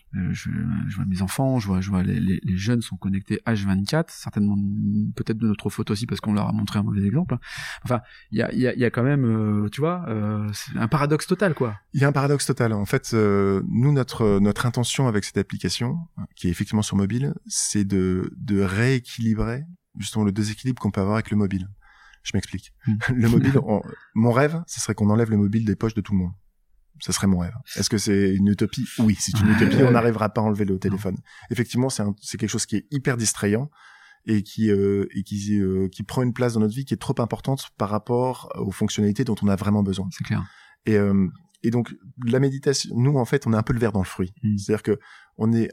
enfants, je vois les jeunes sont connectés H24, certainement peut-être de notre faute aussi parce qu'on leur a montré un mauvais exemple. Enfin, il y a quand même, tu vois, c'est un paradoxe total, quoi. Il y a un paradoxe total. En fait, nous, notre intention avec cette application, qui est effectivement sur mobile, c'est de rééquilibrer justement le déséquilibre qu'on peut avoir avec le mobile. Je m'explique. Le mobile, mon rêve, ce serait qu'on enlève le mobile des poches de tout le monde. Ça serait mon rêve. Est-ce que c'est une utopie? Oui, c'est une utopie. On n'arrivera pas à enlever le téléphone. Effectivement, c'est quelque chose qui est hyper distrayant et qui prend une place dans notre vie qui est trop importante par rapport aux fonctionnalités dont on a vraiment besoin. C'est clair. Et donc la méditation, nous en fait, on est un peu le ver dans le fruit. C'est-à-dire que on est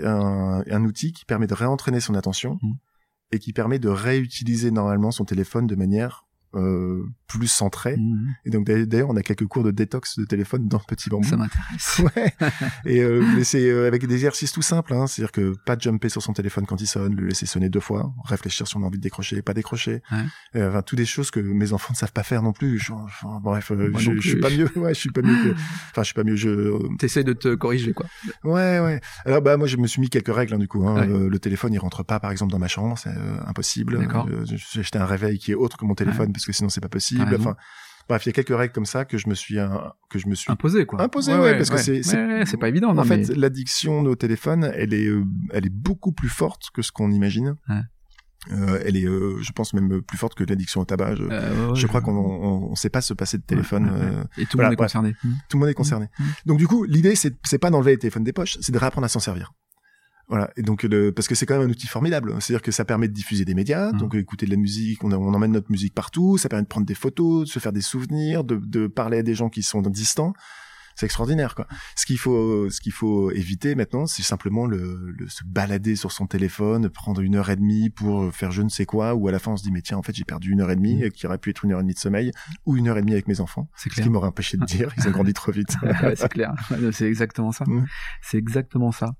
un outil qui permet de réentraîner son attention et qui permet de réutiliser normalement son téléphone de manière plus centré. Et donc d'ailleurs on a quelques cours de détox de téléphone dans Petit Bambou. Ça m'intéresse. Ouais. Et mais c'est avec des exercices tout simples, hein. C'est-à-dire que pas jumper sur son téléphone quand il sonne, le laisser sonner 2 fois, réfléchir si on a envie de décrocher, pas décrocher. Ouais. Enfin toutes des choses que mes enfants ne savent pas faire non plus. Bref, je suis pas mieux. Ouais, je suis pas mieux. Enfin, je suis pas mieux. T'essayes de te corriger, quoi. Ouais. Alors moi je me suis mis quelques règles, hein, du coup. Hein. Ouais. Le téléphone il rentre pas, par exemple, dans ma chambre, c'est impossible. D'accord. J'ai acheté un réveil qui est autre que mon téléphone parce que sinon c'est pas possible. Enfin, bref, il y a quelques règles comme ça que je me suis imposé, quoi. Parce que c'est pas évident. En fait, l'addiction au téléphone, elle est beaucoup plus forte que ce qu'on imagine. Ouais. Elle est, je pense même plus forte que l'addiction au tabac. Je crois qu'on sait pas se passer de téléphone. Et tout le monde est concerné. Tout le monde est concerné. Donc du coup, l'idée c'est pas d'enlever les téléphones des poches, c'est de réapprendre à s'en servir. Voilà. Et donc, parce que c'est quand même un outil formidable. C'est-à-dire que ça permet de diffuser des médias, donc écouter de la musique, on emmène notre musique partout, ça permet de prendre des photos, de se faire des souvenirs, de parler à des gens qui sont distants. C'est extraordinaire, quoi. Ce qu'il faut éviter maintenant, c'est simplement se balader sur son téléphone, prendre 1h30 pour faire je ne sais quoi, ou à la fin on se dit mais tiens, en fait j'ai perdu 1h30 qui aurait pu être 1h30 de sommeil, ou 1h30 avec mes enfants. C'est clair. Ce qui m'aurait empêché de dire, ils ont grandi trop vite. C'est clair. C'est exactement ça. C'est exactement ça.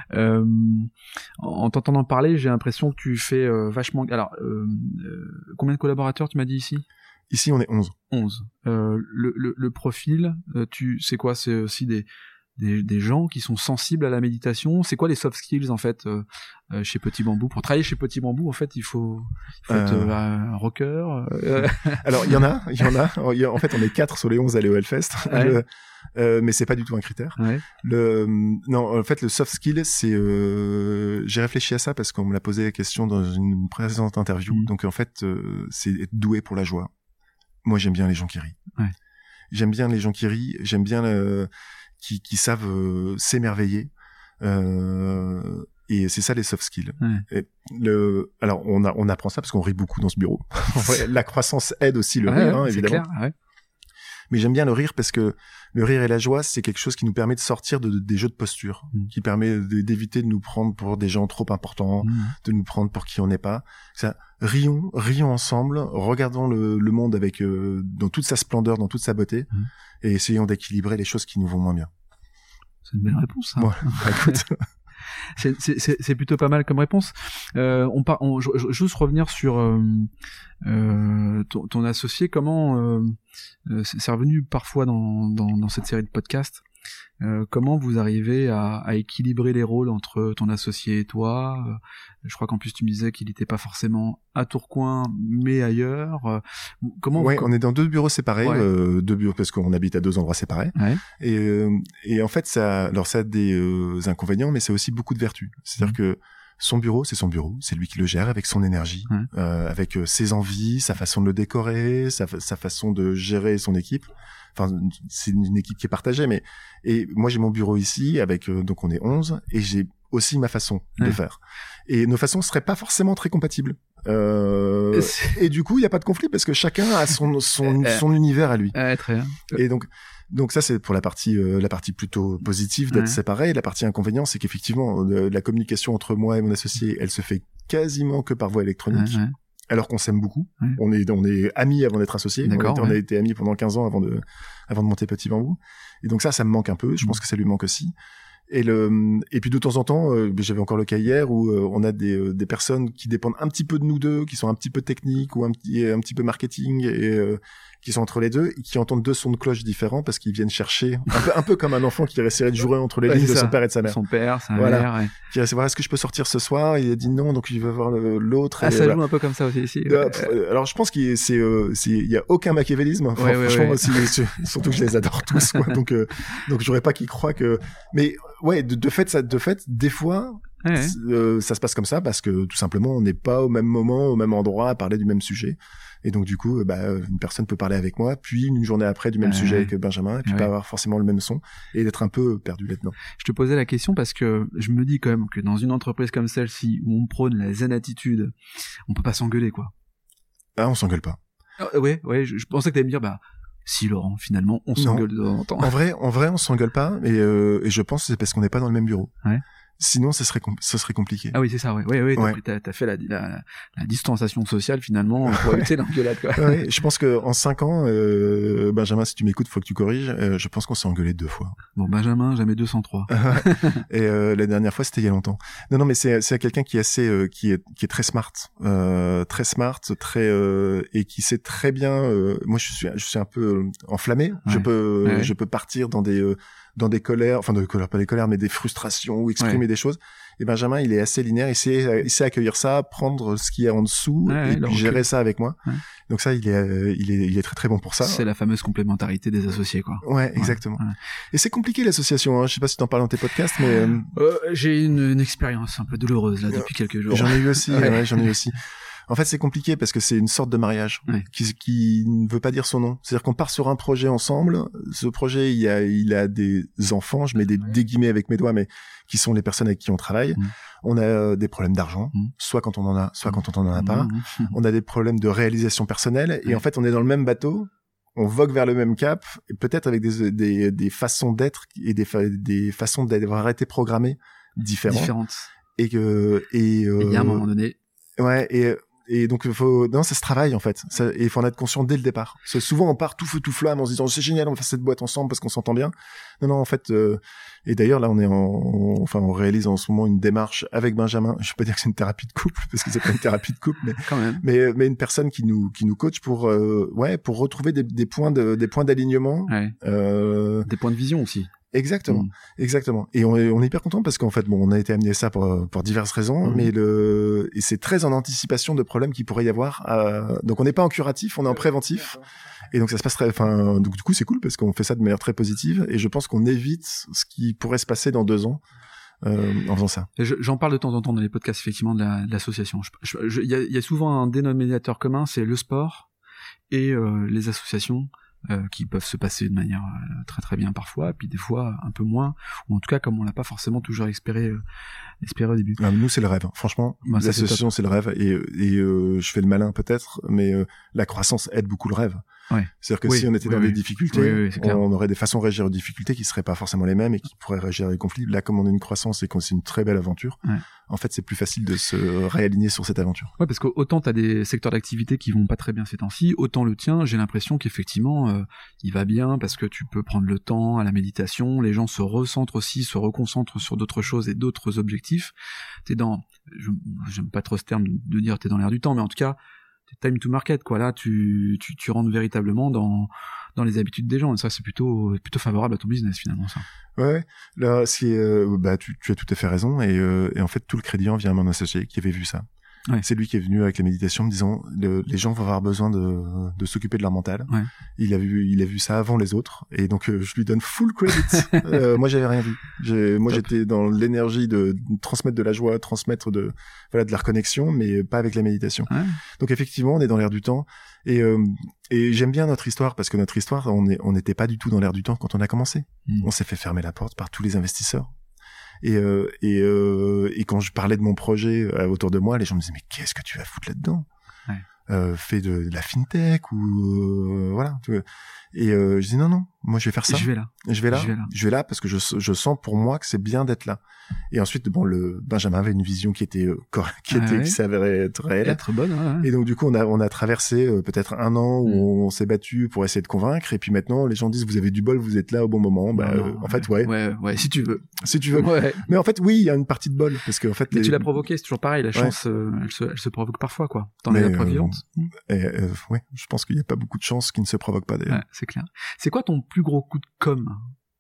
En t'entendant parler, j'ai l'impression que tu fais vachement. Alors, combien de collaborateurs tu m'as dit ici? Ici, on est 11. 11. Le profil, c'est quoi? C'est aussi des gens qui sont sensibles à la méditation. C'est quoi les soft skills, en fait, chez Petit Bambou? Pour travailler chez Petit Bambou, en fait, il faut être un rocker. Alors, il y en a. En fait, on est 4 sur les 11 à aller au Hellfest. Ouais. Mais c'est pas du tout un critère. Ouais. Non, en fait, le soft skill, c'est, j'ai réfléchi à ça parce qu'on me l'a posé la question dans une précédente interview. Donc, en fait, c'est être doué pour la joie. Moi, j'aime bien les gens qui rient. Ouais. J'aime bien les gens qui rient. J'aime bien qui savent s'émerveiller. Et c'est ça les soft skills. Ouais. Alors, on apprend ça parce qu'on rit beaucoup dans ce bureau. La croissance aide aussi le rire, évidemment. Clair, ouais. Mais j'aime bien le rire parce que le rire et la joie, c'est quelque chose qui nous permet de sortir des jeux de posture, qui permet d'éviter de nous prendre pour des gens trop importants, de nous prendre pour qui on n'est pas. Ça, rions ensemble, regardons le monde avec dans toute sa splendeur, dans toute sa beauté, et essayons d'équilibrer les choses qui nous vont moins bien. C'est une belle réponse, ça. Ouais, écoute. C'est plutôt pas mal comme réponse. Juste revenir sur ton associé. Comment c'est revenu parfois dans cette série de podcasts. Comment vous arrivez à équilibrer les rôles entre ton associé et toi? Je crois qu'en plus tu me disais qu'il n'était pas forcément à Tourcoing mais ailleurs. Comment on est dans 2 bureaux séparés, 2 bureaux parce qu'on habite à 2 endroits séparés. Ouais. Et en fait ça a des inconvénients, mais c'est aussi beaucoup de vertus. C'est-à-dire que son bureau, c'est lui qui le gère avec son énergie, avec ses envies, sa façon de le décorer, sa façon de gérer son équipe. Enfin, c'est une équipe qui est partagée, et moi j'ai mon bureau ici avec donc on est 11 et j'ai aussi ma façon de faire. Et nos façons seraient pas forcément très compatibles. Et du coup, il y a pas de conflit parce que chacun a son univers à lui. Très bien. Et donc ça c'est pour la partie plutôt positive d'être séparés. La partie inconvénient, c'est qu'effectivement la communication entre moi et mon associé, elle se fait quasiment que par voie électronique. alors qu'on s'aime beaucoup. Ouais. On est amis avant d'être associés. D'accord, on a été amis pendant 15 ans avant de monter Petit Bambou. Et donc ça me manque un peu. Je pense que ça lui manque aussi. Et puis de temps en temps, j'avais encore le cas hier où on a des personnes qui dépendent un petit peu de nous deux, qui sont un petit peu techniques ou un petit peu marketing et qui sont entre les deux et qui entendent deux sons de cloche différents parce qu'ils viennent chercher un peu comme un enfant qui essaierait de jouer entre les lignes de son père et de sa mère. Son père, sa voilà. mère. Ouais. Qui essaie, est-ce que je peux sortir ce soir? Il a dit non, donc il va voir l'autre. Ah, ça voilà. joue un peu comme ça aussi ici. Alors je pense qu'il y a aucun machiavélisme. Franchement, surtout que je les adore tous. Quoi. Donc j'aurais pas qui croit que. Mais ouais, de fait, des fois. Ouais. Ça se passe comme ça parce que tout simplement on n'est pas au même moment, au même endroit à parler du même sujet. Et donc du coup, une personne peut parler avec moi, puis une journée après du même sujet avec Benjamin, et puis pas avoir forcément le même son, et d'être un peu perdu là-dedans. Je te posais la question parce que je me dis quand même que dans une entreprise comme celle-ci, où on prône la zen attitude, on peut pas s'engueuler, quoi. Ah, on s'engueule pas. Ouais, je pensais que t'allais me dire, si Laurent, finalement, on s'engueule de temps en temps. En vrai, on s'engueule pas, et je pense que c'est parce qu'on n'est pas dans le même bureau. Ouais. Sinon, ce serait compliqué. Ah oui, c'est ça, ouais. T'as fait la distanciation sociale, finalement, pour éviter l'engueulade, quoi. Ouais, je pense que en 5 ans, Benjamin, si tu m'écoutes, faut que tu corriges, je pense qu'on s'est engueulé 2 fois. Bon, Benjamin, jamais 203. Et la dernière fois, c'était il y a longtemps. Non, mais c'est quelqu'un qui est assez, qui est très smart, et qui sait très bien, moi, je suis un peu enflammé. Ouais. Je peux partir dans des colères, pas des colères, mais des frustrations ou exprimer des choses. Et Benjamin, il est assez linéaire, il sait accueillir ça, prendre ce qu'il y a en dessous et puis gérer ça avec moi. Ouais. Donc ça, il est très très bon pour ça. C'est la fameuse complémentarité des associés, quoi. Ouais, exactement. Ouais. Et c'est compliqué l'association, hein. Je sais pas si t'en parles dans tes podcasts, mais j'ai une expérience un peu douloureuse là depuis quelques jours. J'en ai eu aussi, j'en ai eu aussi. En fait, c'est compliqué parce que c'est une sorte de mariage qui ne veut pas dire son nom. C'est-à-dire qu'on part sur un projet ensemble. Ce projet, il a des enfants. Je mets des guillemets avec mes doigts, mais qui sont les personnes avec qui on travaille. On a des problèmes d'argent, soit quand on en a, soit quand on en a pas. On a des problèmes de réalisation personnelle. Et en fait, on est dans le même bateau. On vogue vers le même cap, et peut-être avec des façons d'être et des façons d'avoir été programmées différentes. Et il y a un moment donné. Ouais, et donc ça se travaille en fait. Et il faut en être conscient dès le départ. Parce que souvent on part tout feu tout flamme en se disant c'est génial, on va faire cette boîte ensemble parce qu'on s'entend bien. Non, en fait. Et d'ailleurs là on réalise en ce moment une démarche avec Benjamin. Je peux pas dire que c'est une thérapie de couple parce que c'est pas une thérapie de couple, mais quand même. Mais une personne qui nous coach pour retrouver des points d'alignement. Ouais. Des points de vision aussi. Exactement. Et on est hyper content parce qu'en fait, on a été amené à ça pour diverses raisons, mais et c'est très en anticipation de problèmes qu'il pourrait y avoir. Donc on n'est pas en curatif, on est en préventif. Et donc ça se passe donc du coup c'est cool parce qu'on fait ça de manière très positive et je pense qu'on évite ce qui pourrait se passer dans 2 ans. En faisant ça. J'en parle de temps en temps dans les podcasts effectivement de l'association. Il y a souvent un dénominateur commun, c'est le sport et les associations. Qui peuvent se passer de manière très très bien parfois, puis des fois un peu moins, ou en tout cas comme on l'a pas forcément toujours espéré au début. Nous c'est le rêve, franchement. L'association c'est le rêve, et je fais le malin peut-être, mais la croissance aide beaucoup le rêve. Ouais. C'est-à-dire que si on était dans des difficultés, on aurait des façons de réagir aux difficultés qui seraient pas forcément les mêmes et qui pourraient réagir à des conflits. Là, comme on a une croissance et qu'on c'est une très belle aventure, en fait, c'est plus facile de se réaligner sur cette aventure. Ouais, parce que autant t'as des secteurs d'activité qui vont pas très bien ces temps-ci, autant le tien, j'ai l'impression qu'effectivement, il va bien parce que tu peux prendre le temps à la méditation, les gens se recentrent aussi, se reconcentrent sur d'autres choses et d'autres objectifs. J'aime pas trop ce terme de dire t'es dans l'air du temps, mais en tout cas, time to market, quoi. Là, tu rentres véritablement dans les habitudes des gens. Et ça, c'est plutôt favorable à ton business, finalement, ça. Ouais. Là, tu as tout à fait raison. Et en fait, tout le crédit en vient à mon associé qui avait vu ça. Ouais. C'est lui qui est venu avec la méditation me disant les gens vont avoir besoin de s'occuper de leur mental. Ouais. Il a vu ça avant les autres et donc je lui donne full credit. Moi j'avais rien vu. J'étais dans l'énergie de transmettre de la joie, transmettre de la reconnexion, mais pas avec la méditation. Ouais. Donc effectivement on est dans l'air du temps et j'aime bien notre histoire parce que notre histoire on n'était pas du tout dans l'air du temps quand on a commencé. On s'est fait fermer la porte par tous les investisseurs. Et quand je parlais de mon projet autour de moi, les gens me disaient mais qu'est-ce que tu vas foutre là-dedans? Fais de la fintech ou voilà. Et je dis non, moi je vais faire ça. Je vais là. Je vais là parce que je sens pour moi que c'est bien d'être là. Et ensuite, bon, le Benjamin avait une vision qui était qui s'avérait être réelle, être bonne. Ouais. Et donc du coup, on a traversé peut-être un an où on s'est battu pour essayer de convaincre. Et puis maintenant, les gens disent vous avez du bol, vous êtes là au bon moment. En fait, ouais, si tu veux. Ouais. Mais en fait, oui, il y a une partie de bol parce que en fait. Mais tu l'as provoqué, c'est toujours pareil. La chance, elle se provoque parfois, quoi. T'en es la preuve vivante. Ouais, je pense qu'il n'y a pas beaucoup de chances qui ne se provoquent pas d'ailleurs. Ouais, c'est clair. C'est quoi ton plus gros coup de com'?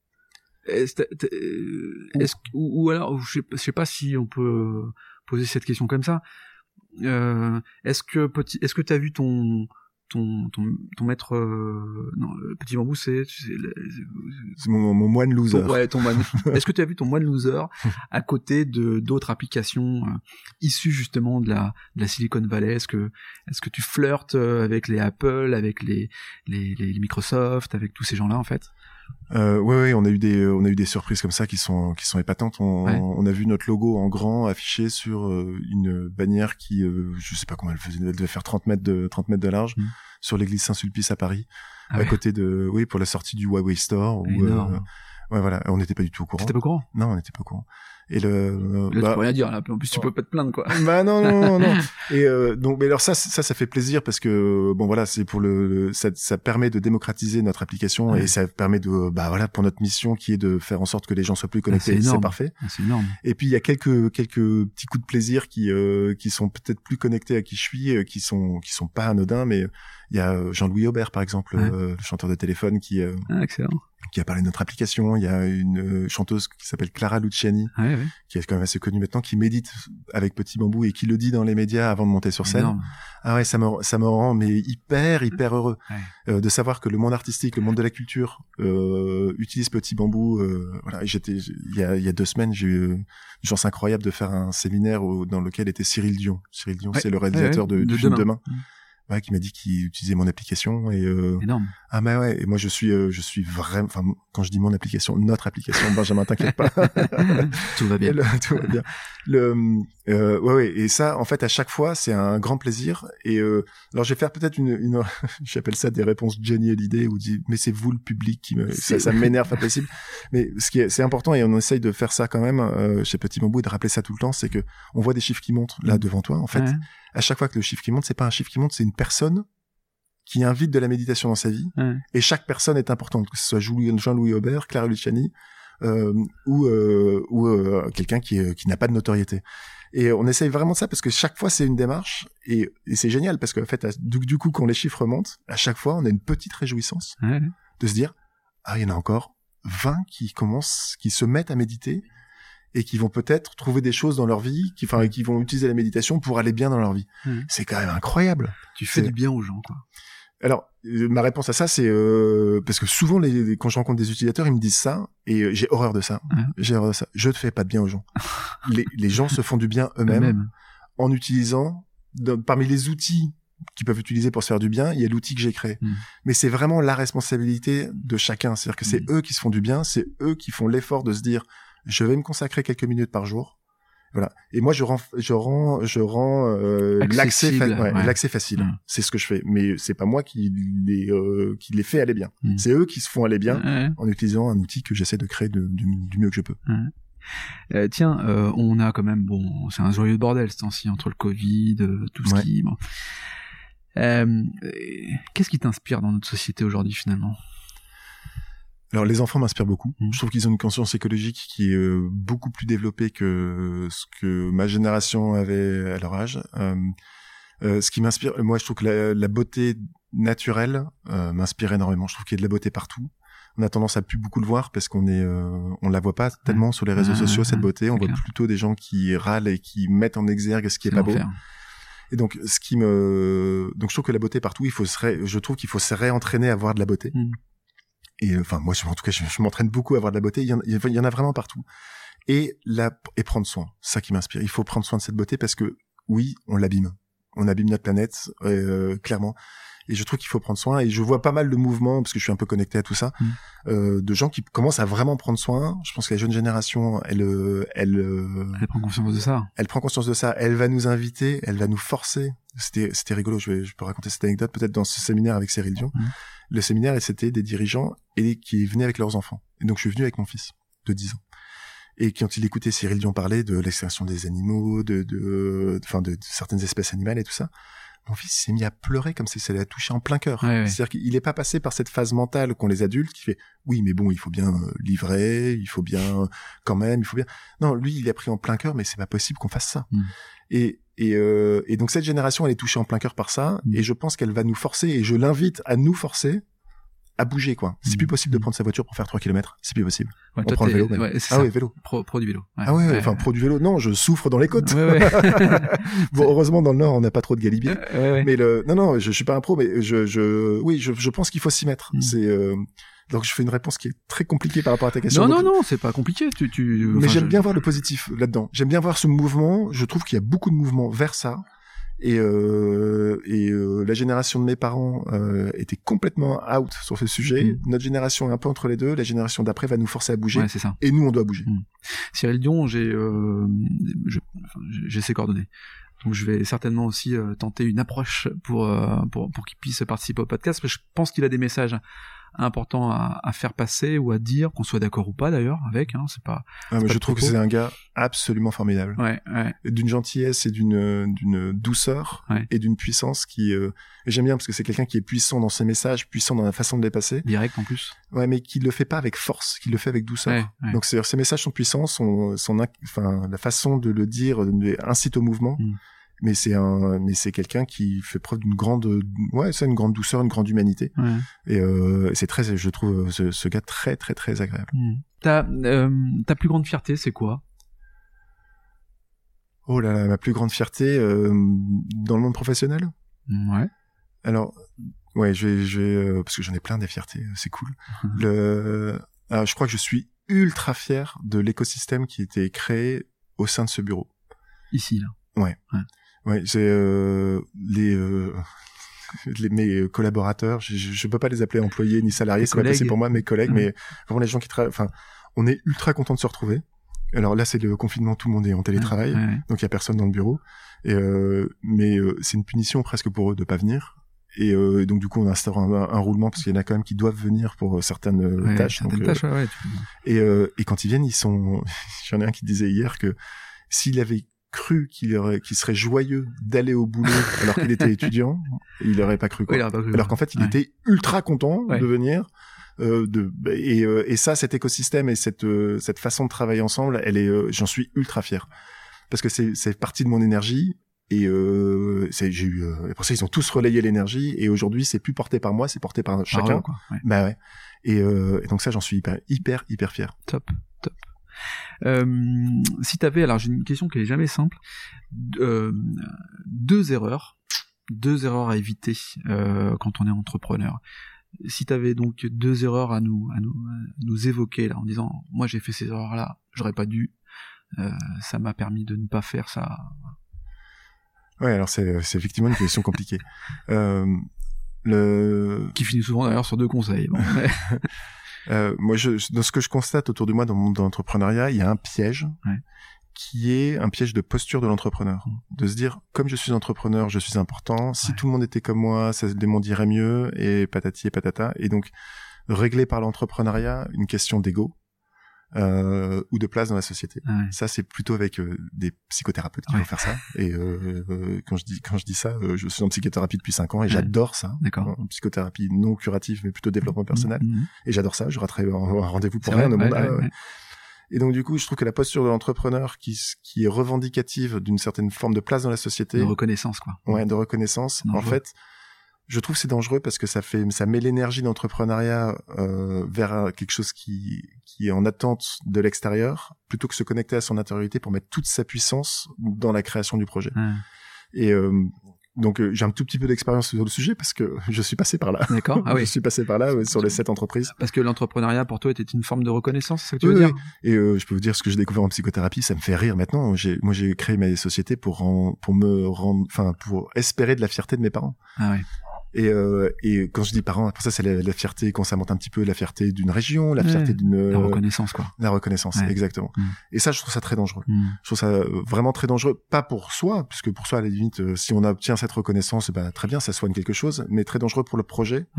Ou alors, je sais pas si on peut poser cette question comme ça. Est-ce que t'as vu ton maître, non, le Petit Bambou, c'est mon moine loser. Ton moine. Est-ce que tu as vu ton moine loser à côté d'autres applications issues justement de la Silicon Valley? Est-ce que tu flirtes avec les Apple, avec les Microsoft, avec tous ces gens-là en fait? Ouais, on a eu des surprises comme ça qui sont épatantes. On a vu notre logo en grand affiché sur une bannière qui, je sais pas comment elle faisait, elle devait faire 30 mètres de large, sur l'église Saint-Sulpice à Paris, à côté pour la sortie du Huawei Store. Ouais, voilà, on n'était pas du tout au courant. T'étais pas au courant? Non, on n'était pas au courant. Et là, tu peux rien dire, là. En plus, tu peux pas te plaindre, quoi. Bah, non. Et, donc, mais alors ça fait plaisir parce que, bon, voilà, c'est pour ça permet de démocratiser notre application et ça permet de, pour notre mission qui est de faire en sorte que les gens soient plus connectés. C'est parfait. C'est énorme. Et puis, il y a quelques petits coups de plaisir qui sont peut-être plus connectés à qui je suis, qui sont pas anodins, mais il y a Jean-Louis Aubert, par exemple, le chanteur de téléphone excellent. Qui a parlé de notre application. Il y a une chanteuse qui s'appelle Clara Luciani, qui est quand même assez connue maintenant, qui médite avec Petit Bambou et qui le dit dans les médias avant de monter sur scène. Énorme. Ah ouais, ça me rend mais hyper heureux de savoir que le monde artistique, le monde de la culture utilise Petit Bambou. Voilà, il y a 2 semaines, j'ai eu une chance incroyable de faire un séminaire dans lequel était Cyril Dion. Cyril Dion, c'est le réalisateur du film Demain. Ouais, qui m'a dit qu'il utilisait mon application et énorme. Ah bah ouais, et moi je suis vraiment, enfin quand je dis mon application, notre application, Benjamin, t'inquiète pas. Tout va bien. Tout va bien. Et ça en fait à chaque fois, c'est un grand plaisir et alors je vais faire peut-être une j'appelle ça des réponses Johnny Hallyday ou mais c'est vous le public qui ça m'énerve pas possible. Mais c'est important et on essaye de faire ça quand même chez Petit Bambou et de rappeler ça tout le temps, c'est que on voit des chiffres qui montent là devant toi en fait. À chaque fois que le chiffre qui monte, c'est pas un chiffre qui monte, c'est une personne qui invite de la méditation dans sa vie. Et chaque personne est importante, que ce soit Jean-Louis Aubert, Clara Luciani, ou quelqu'un qui n'a pas de notoriété. Et on essaye vraiment de ça parce que chaque fois c'est une démarche et c'est génial parce qu'en fait du coup quand les chiffres montent, à chaque fois on a une petite réjouissance de se dire il y en a encore 20 qui se mettent à méditer et qui vont peut-être trouver des choses dans leur vie, qui vont utiliser la méditation pour aller bien dans leur vie. C'est quand même incroyable. Tu fais du bien aux gens, quoi. Alors, ma réponse à ça, c'est parce que souvent, quand je rencontre des utilisateurs, ils me disent ça, et j'ai horreur de ça. J'ai horreur de ça. Je ne fais pas de bien aux gens. Les gens se font du bien eux-mêmes en utilisant, parmi les outils qu'ils peuvent utiliser pour se faire du bien, il y a l'outil que j'ai créé. Mais c'est vraiment la responsabilité de chacun. C'est-à-dire que c'est eux qui se font du bien, c'est eux qui font l'effort de se dire je vais me consacrer quelques minutes par jour. Voilà. Et moi, je rends l'accès facile. C'est ce que je fais. Mais c'est pas moi qui les fait aller bien. C'est eux qui se font aller bien en utilisant un outil que j'essaie de créer du mieux que je peux. Tiens, on a quand même, c'est un joyeux bordel ce temps-ci entre le Covid, tout ce qui... Bon. Qu'est-ce qui t'inspire dans notre société aujourd'hui finalement ? Alors les enfants m'inspirent beaucoup. Je trouve qu'ils ont une conscience écologique qui est beaucoup plus développée que ce que ma génération avait à leur âge. Ce qui m'inspire, moi je trouve que la beauté naturelle m'inspire énormément. Je trouve qu'il y a de la beauté partout. On a tendance à plus beaucoup le voir parce on la voit pas tellement sur les réseaux sociaux cette beauté. On voit plutôt des gens qui râlent et qui mettent en exergue ce qui est pas beau. Et donc je trouve que la beauté partout, je trouve qu'il faut se réentraîner à voir de la beauté. Et enfin moi en tout cas je m'entraîne beaucoup à voir de la beauté, il y en a vraiment partout. Et prendre soin, ça qui m'inspire. Il faut prendre soin de cette beauté parce que oui, on abîme notre planète clairement. Et je trouve qu'il faut prendre soin et je vois pas mal de mouvements parce que je suis un peu connecté à tout ça de gens qui commencent à vraiment prendre soin. Je pense que la jeune génération elle prend conscience de ça. Elle prend conscience de ça, elle va nous inviter, elle va nous forcer. C'était rigolo, je peux raconter cette anecdote peut-être dans ce séminaire avec Cyril Dion. Le séminaire, et c'était des dirigeants et qui venaient avec leurs enfants. Et donc, je suis venu avec mon fils de 10 ans. Et quand il écoutait Cyril Dion parler de l'extinction des animaux, de certaines espèces animales et tout ça, mon fils s'est mis à pleurer comme si ça l'a touché en plein cœur. Ouais. C'est-à-dire qu'il n'est pas passé par cette phase mentale qu'ont les adultes qui fait oui, mais bon, il faut bien livrer, il faut bien quand même, il faut bien. Non, lui, il a pris en plein cœur, mais c'est pas possible qu'on fasse ça. Et donc cette génération, elle est touchée en plein cœur par ça, et je pense qu'elle va nous forcer, et je l'invite à nous forcer à bouger, quoi. C'est plus possible de prendre sa voiture pour faire 3 km. C'est plus possible. Ouais, on prend le vélo. Oui, vélo. Pro du vélo. Pro du vélo. Non, je souffre dans les côtes. Ouais. Bon, heureusement, dans le Nord, on n'a pas trop de galibier. Ouais. Mais non, je suis pas un pro, mais je pense qu'il faut s'y mettre. Donc je fais une réponse qui est très compliquée par rapport à ta question. Non, c'est pas compliqué. Mais j'aime bien voir le positif là-dedans. J'aime bien voir ce mouvement. Je trouve qu'il y a beaucoup de mouvements vers ça. Et la génération de mes parents était complètement out sur ce sujet. Notre génération est un peu entre les deux. La génération d'après va nous forcer à bouger. Ouais, c'est ça. Et nous, on doit bouger. Cyril Dion, j'ai ses coordonnées. Donc je vais certainement aussi tenter une approche pour qu'il puisse participer au podcast. Parce que je pense qu'il a des messages important à faire passer ou à dire, qu'on soit d'accord ou pas d'ailleurs avec, c'est pas. Mais je trouve que c'est un gars absolument formidable. Ouais. D'une gentillesse et d'une douceur et d'une puissance qui. J'aime bien parce que c'est quelqu'un qui est puissant dans ses messages, puissant dans la façon de les passer. Direct en plus. Ouais, mais qui le fait pas avec force, qui le fait avec douceur. Ouais. Donc ses messages sont puissants, la façon de le dire incite au mouvement. Mais c'est quelqu'un qui fait preuve d'une grande douceur, une grande humanité. Ouais. Et je trouve ce gars très très très agréable. Ta plus grande fierté, c'est quoi? Oh là là, ma plus grande fierté dans le monde professionnel? Ouais. Alors, ouais, je vais parce que j'en ai plein des fiertés, c'est cool. Alors, je crois que je suis ultra fier de l'écosystème qui a été créé au sein de ce bureau. Ici, là. Ouais, c'est mes collaborateurs, je peux pas les appeler employés ni salariés, c'est pas possible pour moi, mes collègues, mais vraiment les gens qui travaillent, on est ultra contents de se retrouver. Alors là, c'est le confinement, tout le monde est en télétravail, donc il y a personne dans le bureau, mais c'est une punition presque pour eux de pas venir. Et donc du coup on instaure un roulement parce qu'il y en a quand même qui doivent venir pour certaines tâches. Et quand ils viennent, j'en ai un qui disait hier que s'il avait cru qu'il serait joyeux d'aller au boulot alors qu'il était étudiant, il aurait pas cru, quoi. Alors qu'en fait il était ultra content de venir. Et ça, cet écosystème et cette façon de travailler ensemble, j'en suis ultra fier parce que c'est partie de mon énergie. Et et pour ça ils ont tous relayé l'énergie, et aujourd'hui c'est plus porté par moi, c'est porté par chacun. Bah ouais. Et donc ça, j'en suis hyper fier. Top. Si t'avais, alors j'ai une question qui est jamais simple, deux erreurs à éviter quand on est entrepreneur. Si t'avais donc 2 erreurs à nous évoquer là, en disant moi j'ai fait ces erreurs là, j'aurais pas dû, ça m'a permis de ne pas faire ça. Ouais, alors c'est effectivement une question compliquée. Qui finit souvent d'ailleurs sur 2 conseils. Bon. Moi, dans ce que je constate autour de moi dans le monde de l'entrepreneuriat, il y a un piège qui est un piège de posture de l'entrepreneur. De se dire, comme je suis entrepreneur, je suis important. Si tout le monde était comme moi, le monde irait mieux, et patati et patata. Et donc, régler par l'entrepreneuriat une question d'ego. Ou de place dans la société. Ça, c'est plutôt avec des psychothérapeutes qui vont faire ça. Et quand je dis ça, je suis en psychothérapie depuis 5 ans et j'adore ça. D'accord. En psychothérapie non curative, mais plutôt développement personnel. Et j'adore ça. Je raterai un rendez-vous pour rien au monde. Et donc du coup, je trouve que la posture de l'entrepreneur qui est revendicative d'une certaine forme de place dans la société, de reconnaissance, quoi. Ouais, de reconnaissance. En fait, je trouve que c'est dangereux parce que ça met l'énergie d'entrepreneuriat vers quelque chose qui est en attente de l'extérieur, plutôt que se connecter à son intériorité pour mettre toute sa puissance dans la création du projet. Et donc j'ai un tout petit peu d'expérience sur le sujet parce que je suis passé par là. D'accord. Ah oui. Je suis passé par là sur les 7 entreprises. Parce que l'entrepreneuriat pour toi était une forme de reconnaissance, c'est ça que tu veux dire? Et je peux vous dire ce que j'ai découvert en psychothérapie, ça me fait rire maintenant. Moi j'ai créé ma société pour espérer de la fierté de mes parents. Ah ouais. Et quand je dis parents, pour ça c'est la fierté, quand ça monte un petit peu, la fierté d'une région, la fierté d'une... La reconnaissance, quoi. La reconnaissance, exactement. Et ça, je trouve ça très dangereux. Je trouve ça vraiment très dangereux, pas pour soi, puisque pour soi, à la limite, si on obtient cette reconnaissance, très bien, ça soigne quelque chose, mais très dangereux pour le projet,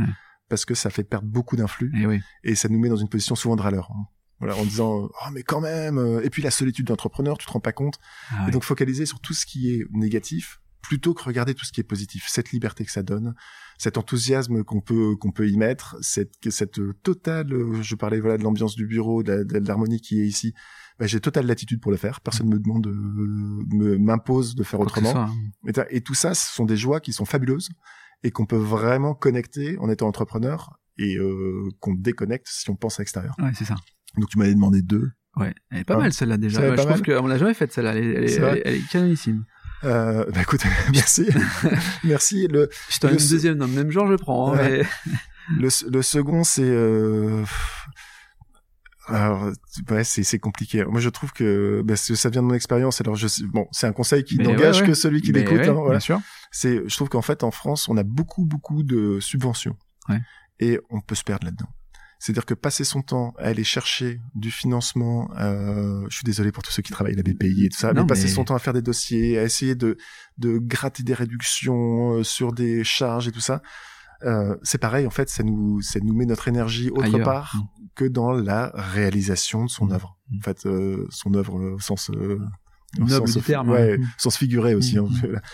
parce que ça fait perdre beaucoup d'influx Et oui. et ça nous met dans une position souvent de râleur. Voilà, en disant oh mais quand même, et puis la solitude d'entrepreneur, tu te rends pas compte. Ah, Et ouais. donc focaliser sur tout ce qui est négatif plutôt que regarder tout ce qui est positif, cette liberté que ça donne, cet enthousiasme qu'on peut y mettre, cette totale, je parlais voilà de l'ambiance du bureau, de l'harmonie qui est ici. Bah, j'ai totale latitude pour le faire. Personne me demande, m'impose de faire autrement. Ça, hein. Et tout ça, ce sont des joies qui sont fabuleuses et qu'on peut vraiment connecter en étant entrepreneur et qu'on déconnecte si on pense à l'extérieur. Ouais, c'est ça. Donc tu m'avais demandé 2. Ouais, elle est pas Ah, mal celle-là déjà. celle-là est Je pas trouve qu'on l'a jamais faite celle-là. Elle est canonissime. Bah écoute, merci. Merci. Je t'en ai une deuxième dans le même genre, je prends. Hein, ouais. mais... le second, c'est alors ouais, c'est compliqué. Moi, je trouve que ça vient de mon expérience. Alors c'est un conseil qui n'engage que celui qui l'écoute. Ouais, hein, voilà. Bien sûr. Je trouve qu'en fait, en France, on a beaucoup de subventions. Ouais. Et on peut se perdre là-dedans. C'est-à-dire que passer son temps à aller chercher du financement, je suis désolé pour tous ceux qui travaillent à la BPI et tout ça, mais passer son temps à faire des dossiers, à essayer de gratter des réductions sur des charges et tout ça, c'est pareil, en fait, ça nous met notre énergie autre ailleurs. part que dans la réalisation de son œuvre. En fait, son œuvre au sens noble du terme, ouais, sens figuré aussi. Hein.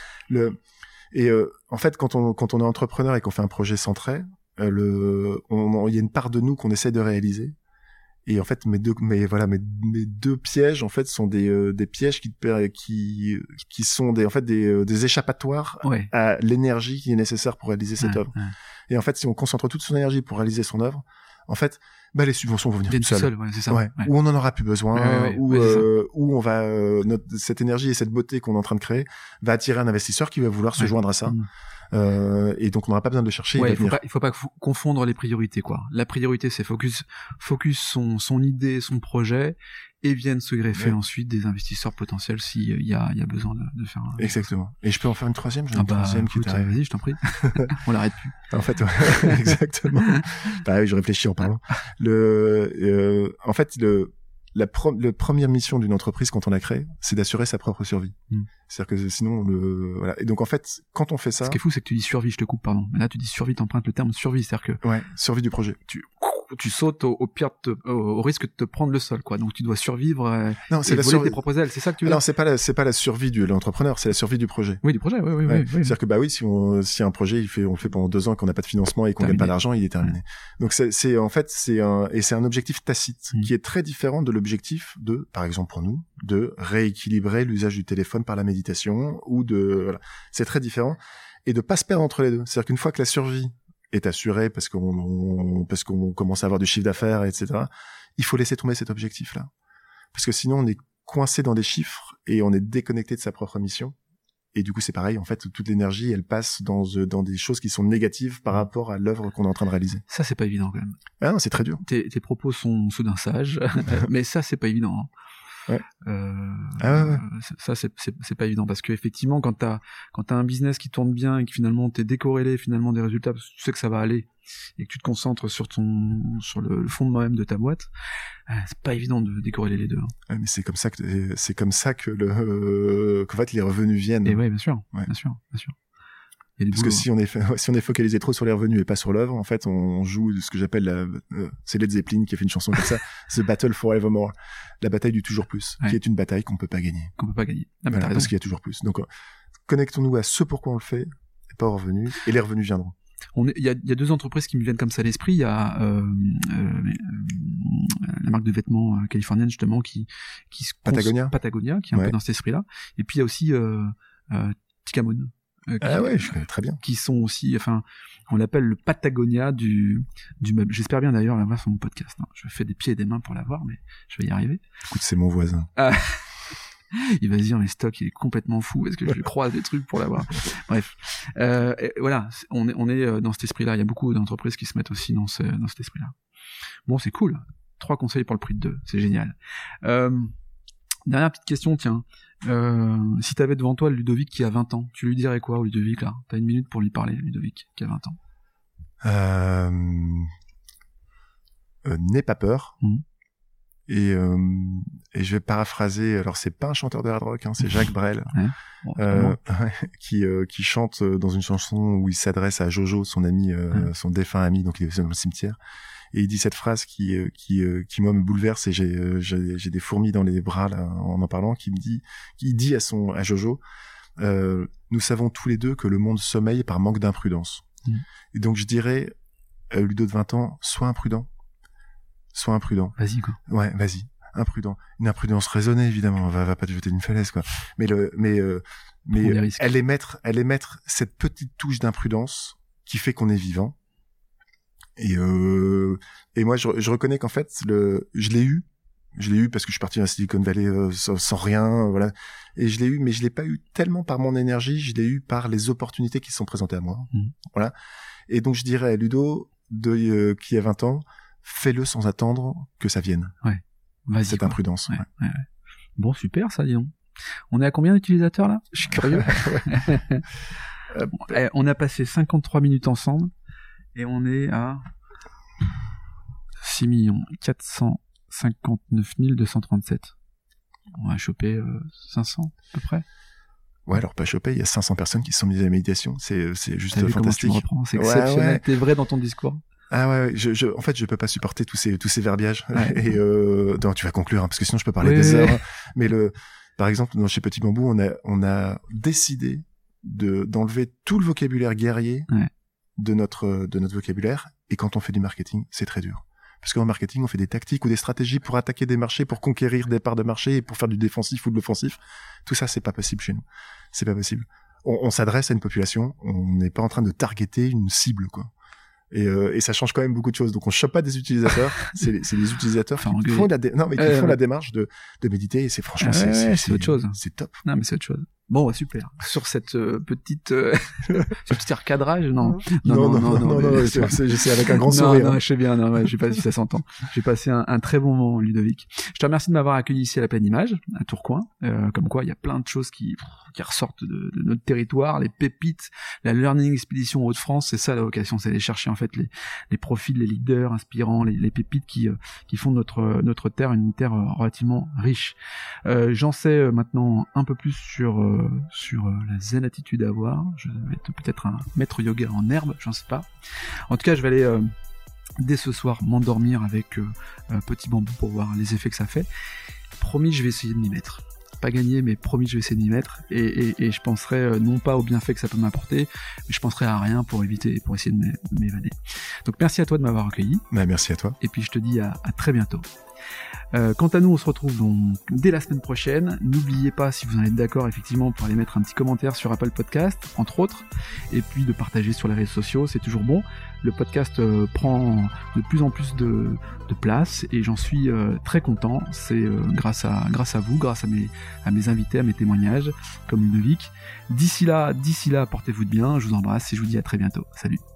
En fait, quand on est entrepreneur et qu'on fait un projet centré, il y a une part de nous qu'on essaie de réaliser. Et en fait, mes deux pièges, en fait, sont des pièges qui sont des échappatoires à l'énergie qui est nécessaire pour réaliser cette œuvre. Ouais. Et en fait, si on concentre toute son énergie pour réaliser son œuvre, en fait, les subventions vont venir tout seules. Ouais, c'est ça. Ouais. Ou on n'en aura plus besoin, ou on va cette énergie et cette beauté qu'on est en train de créer va attirer un investisseur qui va vouloir se joindre à ça. Et donc on n'aura pas besoin de le chercher. Il faut pas confondre les priorités, quoi. La priorité, c'est focus son idée, son projet, et viennent se greffer ensuite des investisseurs potentiels s'il y a besoin de faire un... Exactement. Et je peux en faire une troisième? J'ai une troisième qui t'arrive. Vas-y, je t'en prie. On l'arrête plus. En fait, exactement. Bah oui, je réfléchis en parlant. En fait, la première mission d'une entreprise quand on la crée, c'est d'assurer sa propre survie. C'est-à-dire que sinon, voilà. Et donc en fait, quand on fait ça, ce qui est fou, c'est que tu dis survie, je te coupe, pardon. Mais là, tu dis survie, t'empruntes le terme survie, c'est-à-dire que survie du projet. Tu sautes au pire au risque de te prendre le sol, quoi. Donc tu dois survivre. Non, c'est la voler tes propres ailes. C'est ça que tu veux dire? Non, c'est pas la survie de l'entrepreneur, c'est la survie du projet. Oui, du projet. Oui. C'est-à-dire que si un projet on le fait pendant 2 ans et qu'on n'a pas de financement et qu'on gagne pas d'argent, il est terminé. Donc c'est un objectif tacite qui est très différent de l'objectif de, par exemple pour nous, de rééquilibrer l'usage du téléphone par la méditation ou c'est très différent et de pas se perdre entre les deux. C'est-à-dire qu'une fois que la survie est assurée parce qu'on commence à avoir du chiffre d'affaires, etc., il faut laisser tomber cet objectif-là. Parce que sinon, on est coincé dans des chiffres et on est déconnecté de sa propre mission. Et du coup, c'est pareil. En fait, toute l'énergie, elle passe dans des choses qui sont négatives par rapport à l'œuvre qu'on est en train de réaliser. Ça, c'est pas évident, quand même. Ah non, c'est très dur. Tes propos sont ceux d'un sage, mais ça, c'est pas évident. Hein. Ouais. Ça c'est pas évident parce que effectivement quand t'as un business qui tourne bien et que finalement t'es décorrélé finalement des résultats parce que tu sais que ça va aller et que tu te concentres sur le fondement même de ta boîte, c'est pas évident de décorréler les deux. Hein. Ouais, mais c'est comme ça que qu'en fait les revenus viennent. Et ouais, bien sûr. Bien sûr. Parce que si on est focalisé trop sur les revenus et pas sur l'œuvre, en fait, on joue ce que j'appelle c'est Led Zeppelin qui a fait une chanson comme ça, The Battle Forevermore, la bataille du toujours plus, qui est une bataille qu'on peut pas gagner. Parce qu'il y a toujours plus. Donc, connectons-nous à ce pourquoi on le fait, et pas aux revenus, et les revenus viendront. Il y a 2 entreprises qui me viennent comme ça à l'esprit. Il y a la marque de vêtements californienne justement qui Patagonia, qui est un peu dans cet esprit-là. Et puis il y a aussi Tikamoon. Je connais très bien. Qui sont aussi, on l'appelle le Patagonia du meuble. J'espère bien d'ailleurs l'avoir sur mon podcast. Hein. Je fais des pieds et des mains pour l'avoir, mais je vais y arriver. Écoute, c'est mon voisin. Il va se dire, les stocks, il est complètement fou. Est-ce que je croise des trucs pour l'avoir? Bref. Voilà. On est dans cet esprit-là. Il y a beaucoup d'entreprises qui se mettent aussi dans cet esprit-là. Bon, c'est cool. 3 conseils pour le prix de 2. C'est génial. Dernière petite question, tiens. Si t'avais devant toi le Ludovic qui a 20 ans, tu lui dirais quoi au Ludovic, là? T'as 1 minute pour lui parler, Ludovic, qui a 20 ans. N'aie pas peur. Et je vais paraphraser. Alors c'est pas un chanteur de hard rock, hein, c'est Jacques Brel, qui chante dans une chanson où il s'adresse à Jojo, son ami, son défunt ami, donc il est dans le cimetière. Et il dit cette phrase qui moi me bouleverse, et j'ai des fourmis dans les bras là en parlant, qui dit à Jojo, nous savons tous les deux que le monde sommeille par manque d'imprudence. Et donc je dirais, Ludo de 20 ans, sois imprudent. Vas-y, quoi. Ouais, vas-y. Imprudent. Une imprudence raisonnée, évidemment. Va pas te jeter d'une falaise, quoi. Mais elle émettre cette petite touche d'imprudence qui fait qu'on est vivant. Et moi, je reconnais qu'en fait, je l'ai eu parce que je suis parti dans la Silicon Valley sans rien, voilà. Et je l'ai eu, mais je l'ai pas eu tellement par mon énergie, je l'ai eu par les opportunités qui se sont présentées à moi. Voilà. Et donc, je dirais à Ludo, qui a 20 ans, fais-le sans attendre que ça vienne. Ouais. Vas-y. Cette imprudence. Ouais. Bon, super, ça, dis donc. On est à combien d'utilisateurs, là? Je suis curieux. On a passé 53 minutes ensemble, et on est à 6 459 237. On va choper 500, à peu près. Ouais, alors pas choper, il y a 500 personnes qui se sont mises à la méditation. C'est juste fantastique. Comment tu me reprends, c'est exceptionnel. Ouais. T'es vrai dans ton discours. Ah ouais, en fait, je peux pas supporter tous ces verbiages. Ouais. Et non, tu vas conclure, hein, parce que sinon je peux parler des heures. Hein. Mais par exemple, chez Petit Bambou, on a décidé d'enlever tout le vocabulaire guerrier de notre vocabulaire. Et quand on fait du marketing, c'est très dur. Parce qu'en marketing, on fait des tactiques ou des stratégies pour attaquer des marchés, pour conquérir des parts de marché et pour faire du défensif ou de l'offensif. Tout ça, c'est pas possible chez nous. C'est pas possible. On s'adresse à une population, on n'est pas en train de targeter une cible, quoi. Et ça change quand même beaucoup de choses. Donc on chope pas des utilisateurs, c'est les utilisateurs qui font la démarche de méditer, et c'est franchement c'est autre chose. C'est top. Non mais c'est autre chose. Bon, super. Sur cette petite ce petit recadrage, non, c'est avec un grand sourire. Non, je sais bien, je sais pas si ça s'entend. J'ai passé un très bon moment, Ludovic. Je te remercie de m'avoir accueilli ici à la Pleine Image, à Tourcoing. Comme quoi, il y a plein de choses qui ressortent de notre territoire, les pépites, la Learning Expedition Hauts-de-France, c'est ça la vocation, c'est aller chercher en fait les profils, les leaders inspirants, les pépites qui font notre terre une terre relativement riche. J'en sais maintenant un peu plus sur la zen attitude à avoir. Je vais être peut-être un maître yoga en herbe, j'en sais pas. En tout cas, je vais aller dès ce soir m'endormir avec Petit Bambou pour voir les effets que ça fait. Promis, je vais essayer de m'y mettre. Pas gagné, mais promis, je vais essayer de m'y mettre. Et je penserai non pas aux bienfaits que ça peut m'apporter, mais je penserai à rien pour essayer de m'évader. Donc merci à toi de m'avoir accueilli. Merci à toi. Et puis je te dis à très bientôt. Quant à nous, on se retrouve donc dès la semaine prochaine. N'oubliez pas, si vous en êtes d'accord, effectivement, pour aller mettre un petit commentaire sur Apple Podcast, entre autres, et puis de partager sur les réseaux sociaux, c'est toujours bon. Le podcast prend de plus en plus de place, et j'en suis très content. C'est grâce à vous, grâce à mes invités, à mes témoignages, comme Ludovic. D'ici là, portez-vous de bien. Je vous embrasse et je vous dis à très bientôt. Salut.